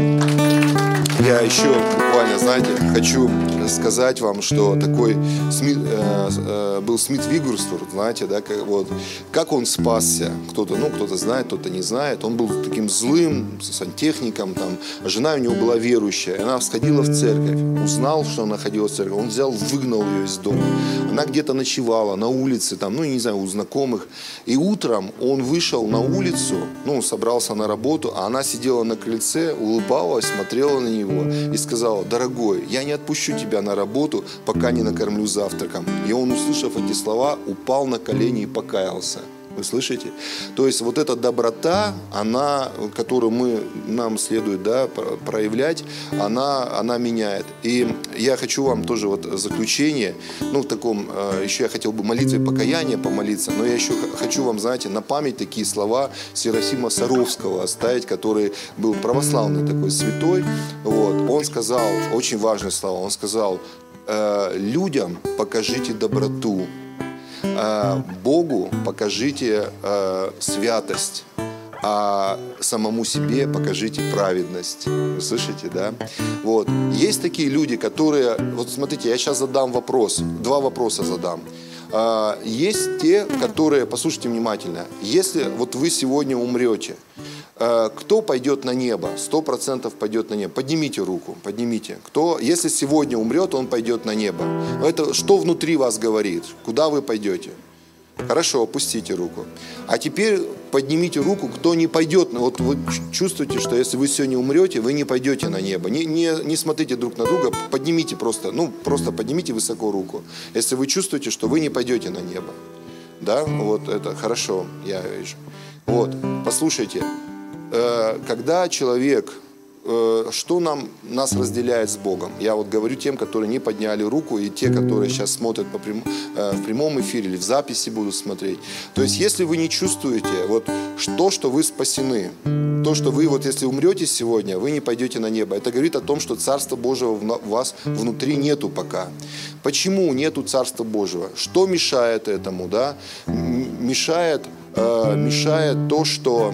Я еще буквально, знаете, хочу сказать вам, что такой был Смит Виггорсворт, знаете, да, как он спасся. Кто-то знает, кто-то не знает. Он был таким злым сантехником, там, а жена у него была верующая. Она сходила в церковь, узнал, что она ходила в церковь, он взял, выгнал ее из дома. Она где-то ночевала на улице, там, не знаю, у знакомых. И утром он вышел на улицу, собрался на работу, а она сидела на крыльце, улыбалась, смотрела на него и сказала: дорогой, я не отпущу тебя на работу, пока не накормлю завтраком. И он, услышав эти слова, упал на колени и покаялся. Вы слышите? То есть вот эта доброта, которую нам следует, да, проявлять, она меняет. И я хочу вам тоже заключение, еще я хотел бы молитвой покаяния помолиться, но я еще хочу вам, знаете, на память такие слова Серафима Саровского оставить, который был православный такой святой. Он сказал, очень важные слова, он сказал: людям покажите доброту, Богу покажите святость, а самому себе покажите праведность. Вы слышите, да? Есть такие люди, которые... Смотрите, я сейчас задам вопрос, 2 вопроса задам. Есть те, которые... Послушайте внимательно. Если вы сегодня умрете, кто пойдет на небо? 100% пойдет на небо. Поднимите руку, поднимите. Если сегодня умрет, он пойдет на небо. Это что внутри вас говорит? Куда вы пойдете? Хорошо, опустите руку. А теперь поднимите руку, кто не пойдет. Вы чувствуете, что если вы сегодня умрете, вы не пойдете на небо. Не смотрите друг на друга, поднимите просто поднимите высоко руку. Если вы чувствуете, что вы не пойдете на небо. Да, это хорошо, я вижу. Послушайте. Когда человек, что нас разделяет с Богом? Я говорю тем, которые не подняли руку, и те, которые сейчас смотрят в прямом эфире или в записи будут смотреть. То есть, если вы не чувствуете что вы спасены, то, что вы, если умрете сегодня, вы не пойдете на небо, это говорит о том, что Царства Божьего у вас внутри нету пока. Почему нету Царства Божьего? Что мешает этому? Да? Мешает то, что...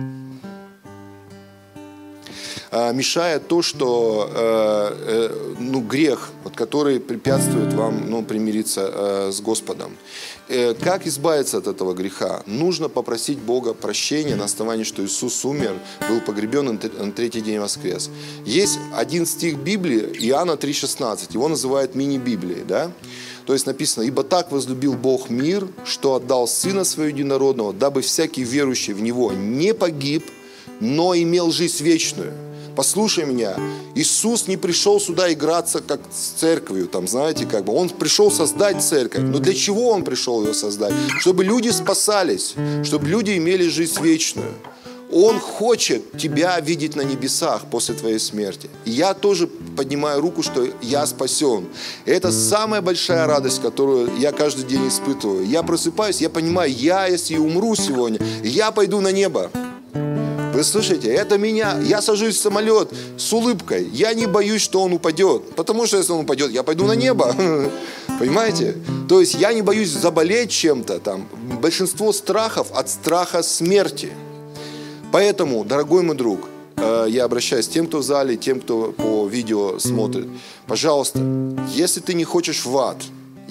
грех, который препятствует вам примириться с Господом. Как избавиться от этого греха? Нужно попросить Бога прощения на основании, что Иисус умер, был погребен, на 3-й день воскрес. Есть один стих Библии, Иоанна 3,16, его называют мини-Библией, да? То есть написано: «Ибо так возлюбил Бог мир, что отдал Сына Своего Единородного, дабы всякий верующий в Него не погиб, но имел жизнь вечную». Послушай меня, Иисус не пришел сюда играться как с церковью, Он пришел создать церковь. Но для чего Он пришел ее создать? Чтобы люди спасались, чтобы люди имели жизнь вечную. Он хочет тебя видеть на небесах после твоей смерти. И я тоже поднимаю руку, что я спасен. И это самая большая радость, которую я каждый день испытываю. Я просыпаюсь, я понимаю, если умру сегодня, я пойду на небо. Вы слышите? Это меня. Я сажусь в самолет с улыбкой. Я не боюсь, что он упадет. Потому что если он упадет, я пойду на небо. Понимаете? То есть я не боюсь заболеть чем-то. Там. Большинство страхов от страха смерти. Поэтому, дорогой мой друг, я обращаюсь к тем, кто в зале, тем, кто по видео смотрит. Пожалуйста, если ты не хочешь в ад,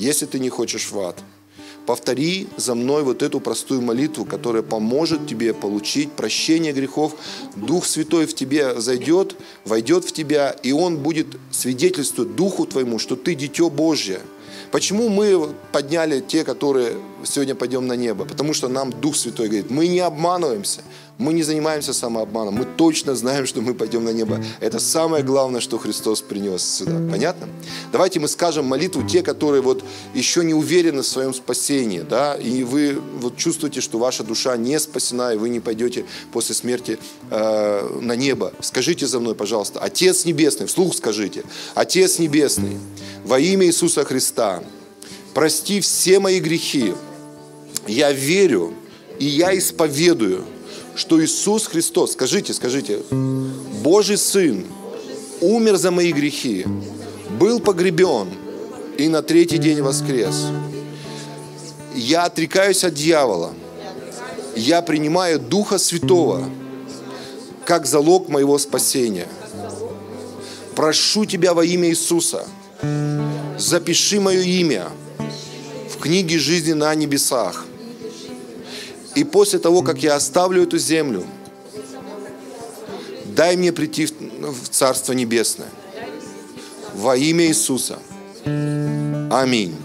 повтори за мной вот эту простую молитву, которая поможет тебе получить прощение грехов. Дух Святой в тебе зайдет, войдет в тебя, и Он будет свидетельствовать Духу твоему, что ты дитё Божье. Почему мы подняли те, которые сегодня пойдем на небо? Потому что нам Дух Святой говорит, мы не обманываемся, мы не занимаемся самообманом, мы точно знаем, что мы пойдем на небо. Это самое главное, что Христос принес сюда. Понятно? Давайте мы скажем молитву те, которые вот еще не уверены в своем спасении, да, и вы вот чувствуете, что ваша душа не спасена, и вы не пойдете после смерти на небо. Скажите за мной, пожалуйста, Отец Небесный, вслух скажите, Отец Небесный, во имя Иисуса Христа, прости все мои грехи. Я верю и я исповедую, что Иисус Христос, скажите, Божий Сын, умер за мои грехи, был погребен и на третий день воскрес. Я отрекаюсь от дьявола. Я принимаю Духа Святого как залог моего спасения. Прошу Тебя во имя Иисуса, запиши мое имя в книге жизни на небесах. И после того, как я оставлю эту землю, дай мне прийти в Царство Небесное. Во имя Иисуса. Аминь.